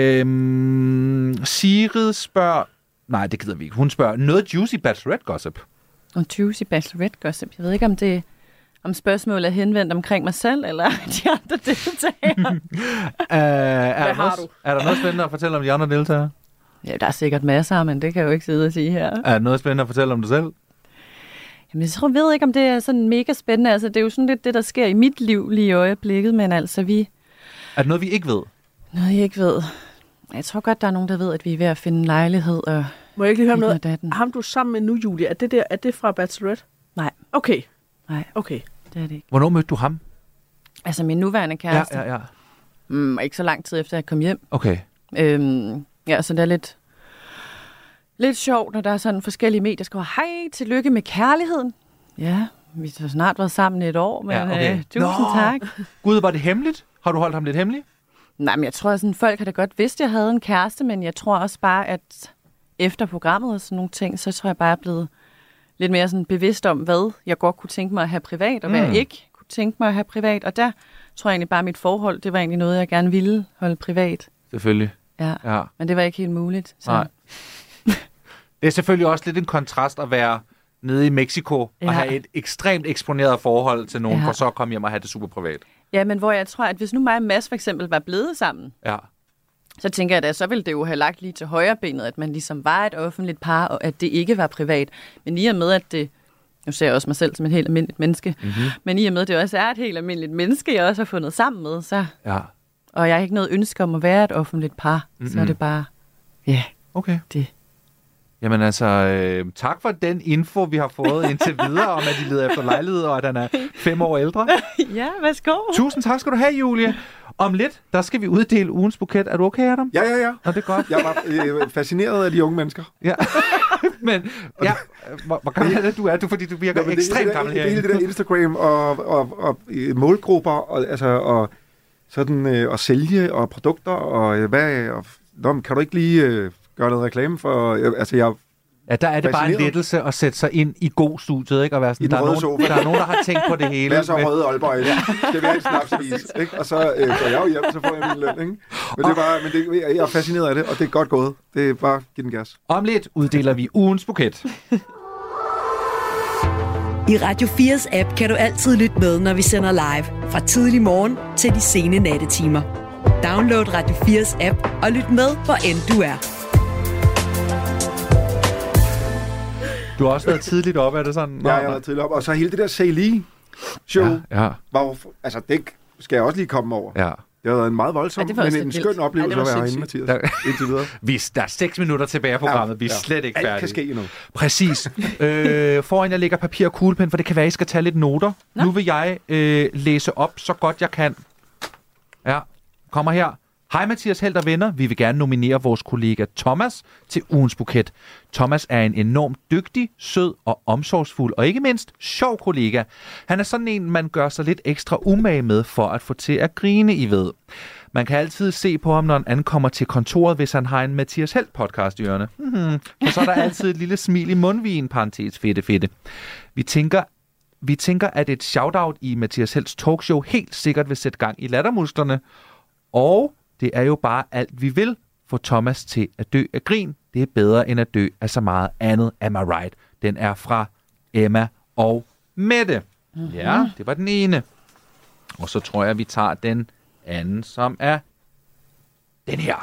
Sigrid spørger... Nej, det gider vi ikke. Hun spørger, noget juicy bachelorette gossip? Og juicy bachelorette gossip. Jeg ved ikke, om spørgsmålet er henvendt omkring mig selv, eller de andre deltagere. Er der noget spændende at fortælle om de andre deltagere? Ja, der er sikkert masser, men det kan jeg jo ikke sidde og sige her. Er der noget spændende at fortælle om dig selv? Jamen, jeg ved ikke, om det er sådan mega spændende. Altså, det er jo sådan lidt det, der sker i mit liv lige i øjeblikket, men altså Er det noget, vi ikke ved? Noget, jeg ikke ved. Jeg tror godt, der er nogen, der ved, at vi er ved at finde en lejlighed. Og må jeg ikke lige høre noget? Ham du sammen med nu, Julie, er det fra Bachelorette? Nej. Okay. Nej. Okay. Det er det ikke. Hvornår mødte du ham? Altså min nuværende kæreste. Ja. Ikke så lang tid efter, jeg kom hjem. Okay. Så det er lidt sjovt, når der er sådan forskellige medier, der skriver, hej, tillykke med kærligheden. Ja, vi har snart været sammen et år, men tusind tak. Gud, var det hemmeligt? Har du holdt ham lidt hemmeligt? Nej, men jeg tror, at folk har da godt vidst, at jeg havde en kæreste, men jeg tror også bare, at efter programmet og sådan nogle ting, så tror jeg bare, jeg er blevet lidt mere sådan bevidst om, hvad jeg godt kunne tænke mig at have privat, og hvad jeg ikke kunne tænke mig at have privat. Og der tror jeg egentlig bare, at mit forhold, det var egentlig noget, jeg gerne ville holde privat. Selvfølgelig. Ja. Men det var ikke helt muligt. Så. Nej. Det er selvfølgelig også lidt en kontrast at være nede i Mexico og have et ekstremt eksponeret forhold til nogen, for så at komme hjem og have det super privat. Ja, men hvor jeg tror, at hvis nu mig og Mads for eksempel var blevet sammen, så tænker jeg, at så ville det jo have lagt lige til højre benet, at man ligesom var et offentligt par, og at det ikke var privat. Men i og med, at det... Nu ser jeg også mig selv som et helt almindeligt menneske. Mm-hmm. Men i og med, at det også er et helt almindeligt menneske, jeg også har fundet sammen med, så... Ja. Og jeg har ikke noget ønske om at være et offentligt par, så er det bare... Ja, okay. Det. Jamen altså, tak for den info, vi har fået indtil videre, om at de leder efter lejlighed, og at han er 5 år ældre. Ja, værsgo. Tusind tak skal du have, Julie. Om lidt, der skal vi uddele ugens buket. Er du okay, Adam? Ja. Og det er godt. Jeg var fascineret af de unge mennesker. Ja, men hvor gammel er det, du er? Fordi du virker ekstremt gammel her. Det hele det der Instagram og målgrupper, og sådan at sælge og produkter, kan du ikke lige... Gør noget reklame for... Ja, der er det bare en lettelse at sætte sig ind i god studiet, ikke? Og være sådan, der er nogen, der har tænkt på det hele. Hvad så røde Aalborg? Skal vi have en snapsavis? Ikke? Og så går jeg jo hjem, så får jeg min løn. Ikke? Men jeg er fascineret af det, og det er godt gået. Det er bare giv den gas. Om lidt uddeler vi ugens buket. I Radio 4's app kan du altid lytte med, når vi sender live. Fra tidlig morgen til de sene nattetimer. Download Radio 4's app og lyt med, hvor end du er. Du har også været tidligt op, er det sådan? Ja, jeg har været tidligt op. Og så hele det der Say Lee show, det skal jeg også lige komme over. Ja. Det har været en meget voldsom, men en skøn oplevelse at være herinde, Mathias. Indtil videre. Der er 6 minutter tilbage af programmet. Vi er slet ikke færdige. Alt kan ske endnu. Præcis. Foran jeg lægger papir og kuglepen, for det kan være, at I skal tage lidt noter. Nå. Nu vil jeg læse op, så godt jeg kan. Ja, kommer her. Hej Mathias Helt og venner. Vi vil gerne nominere vores kollega Thomas til ugens buket. Thomas er en enormt dygtig, sød og omsorgsfuld, og ikke mindst sjov kollega. Han er sådan en, man gør sig lidt ekstra umage med for at få til at grine, I ved. Man kan altid se på ham, når han ankommer til kontoret, hvis han har en Mathias Helt podcast i ørerne. Og så er der altid et lille smil i mundvigen, parentes fedt. Vi tænker, at et shoutout i Mathias Helts talkshow helt sikkert vil sætte gang i lattermusklerne. Og det er jo bare alt, vi vil få Thomas til at dø af grin. Det er bedre end at dø af så meget andet. Am I right? Den er fra Emma og Mette. Mm-hmm. Ja, det var den ene. Og så tror jeg, vi tager den anden, som er den her.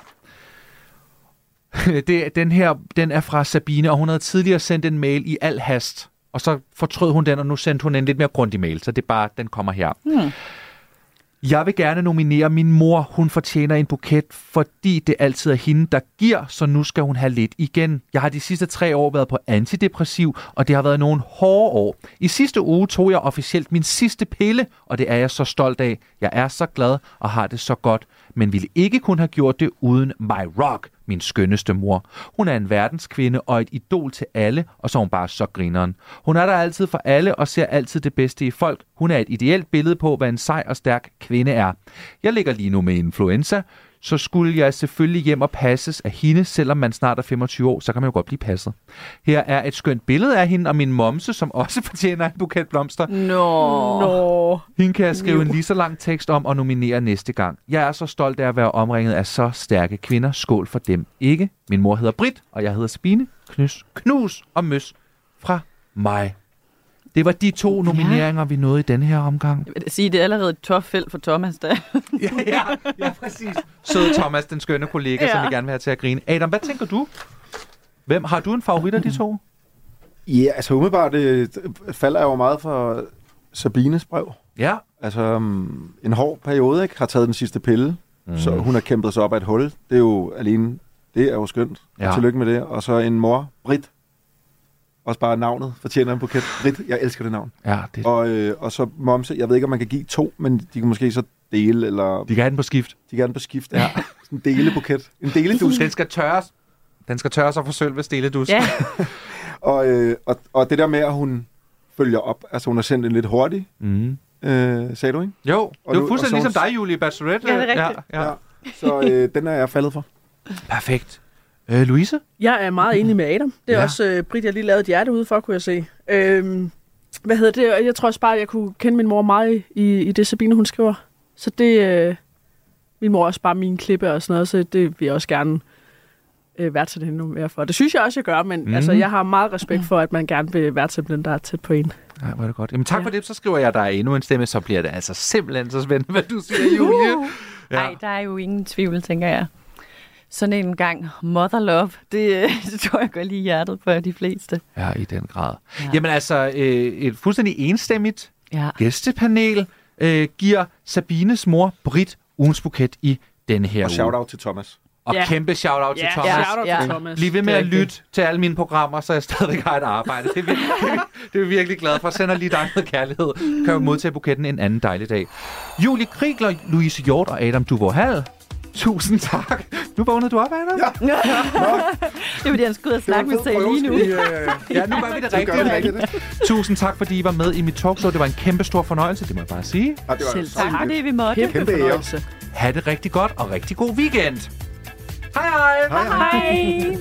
Den er fra Sabine, og hun havde tidligere sendt en mail i al hast. Og så fortrød hun den, og nu sendte hun en lidt mere grundig mail. Så det er bare, den kommer her. Jeg vil gerne nominere min mor. Hun fortjener en buket, fordi det altid er hende, der giver, så nu skal hun have lidt igen. Jeg har de sidste 3 år været på antidepressiv, og det har været nogle hårde år. I sidste uge tog jeg officielt min sidste pille, og det er jeg så stolt af. Jeg er så glad og har det så godt, men ville ikke kunne have gjort det uden My Rock, min skønneste mor. Hun er en verdenskvinde og et idol til alle, og så er hun bare så grineren. Hun er der altid for alle og ser altid det bedste i folk. Hun er et ideelt billede på, hvad en sej og stærk kvinde er. Jeg ligger lige nu med influenza, så skulle jeg selvfølgelig hjem og passes af hende, selvom man snart er 25 år, så kan man jo godt blive passet. Her er et skønt billede af hende og min momse, som også fortjener en buket blomster. Nå. Hende kan jeg skrive en lige så lang tekst om og nominere næste gang. Jeg er så stolt af at være omringet af så stærke kvinder. Skål for dem ikke. Min mor hedder Britt, og jeg hedder Sabine. Knus og møs fra mig. Det var de 2 nomineringer, vi nåede i denne her omgang. Jeg vil sige, det er allerede et tough felt for Thomas, der. ja, præcis. Søde Thomas, den skønne kollega, som vi gerne vil have til at grine. Adam, hvad tænker du? Har du en favorit af de 2? Ja, altså umiddelbart falder jeg jo meget for Sabines brev. Ja. Altså en hård periode, ikke? Har taget den sidste pille, så hun har kæmpet sig op af et hul. Det er jo alene, det er jo skønt. Ja. Tillykke med det. Og så en mor, Britt. Også bare navnet fortjener en buket. Britt, jeg elsker det navn. Ja, det... Og så momse, jeg ved ikke, om man kan give 2, men de kan måske så dele, eller... De kan have den på skift. Ja. Sådan en delebuket. En deledus. Den skal tørres. Den skal tørres og få sølves deledus. Ja. og det der med, at hun følger op, altså hun har sendt en lidt hurtig, sagde du, ikke? Jo, det var fuldstændig ligesom dig, Julie Bachelorette. Ja, det er rigtigt. Ja. Så den er jeg faldet for. Perfekt. Louise? Jeg er meget enig med Adam. Det er også Britt, jeg lige lavede et hjerte ude for, kunne jeg se. Hvad hedder det? Jeg tror også bare, at jeg kunne kende min mor meget i det, Sabine, hun skriver. Så det... min mor er også bare min klippe og sådan noget, så det vil jeg også gerne værdsætte hende mere for. Det synes jeg også, jeg gør, men altså, jeg har meget respekt for, at man gerne vil værdsætte den, der er tæt på en. Ja, hvor er det godt. Jamen tak for det, så skriver jeg dig endnu en stemme, så bliver det altså simpelthen så spændende, hvad du siger, Julie. Nej, der er jo ingen tvivl, tænker jeg. Sådan en gang mother love, det tror jeg går lige i hjertet på de fleste. Ja, i den grad. Ja. Jamen altså, et fuldstændig enstemmigt gæstepanel giver Sabines mor, Britt, ugens buket i denne her uge. Og shout-out til Thomas. Og kæmpe shout-out til Thomas. Shout-out til Thomas. Bliv ved med at lytte til alle mine programmer, så jeg stadig har et arbejde. Det er vi virkelig glad for. Sender lige dig noget kærlighed. Kan jo modtage buketten en anden dejlig dag. Julie Krigler, Louise Hjort og Adam Duvorhal. Tusind tak. Nu vågnede du op, Adam? Ja. Det er fordi, han skal ud og snakke med sig lige nu. Ja, nu gør vi det rigtigt. Tusind tak, fordi I var med i mit talkshow. Det var en kæmpe stor fornøjelse, det må jeg bare sige. Ja, selv tak, det vi måtte. Kæmpe fornøjelse. Ha' det rigtig godt, og rigtig god weekend. Hej hej. Hej.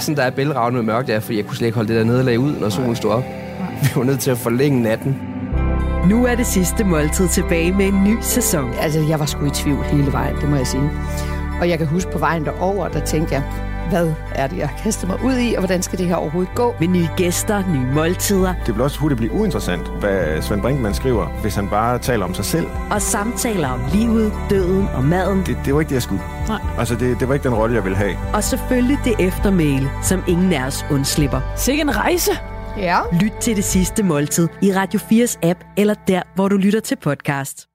sådan, der er bælragende med mørkt, fordi jeg kunne slet ikke holde det der nederlag ud, når solen stod op. Vi var nødt til at forlænge natten. Nu er det sidste måltid tilbage med en ny sæson. Altså, jeg var sgu i tvivl hele vejen, det må jeg sige. Og jeg kan huske på vejen derover, der tænkte jeg, hvad er det, jeg kaster mig ud i, og hvordan skal det her overhovedet gå? Med nye gæster, nye måltider. Det vil også hurtigt blive uinteressant, hvad Svend Brinkmann skriver, hvis han bare taler om sig selv. Og samtaler om livet, døden og maden. Det var ikke det, jeg skulle. Nej. Altså, det var ikke den rolle, jeg ville have. Og selvfølgelig det eftermæle, som ingen af os undslipper. Sikke en rejse! Ja. Lyt til Det Sidste Måltid i Radio 4's app, eller der, hvor du lytter til podcast.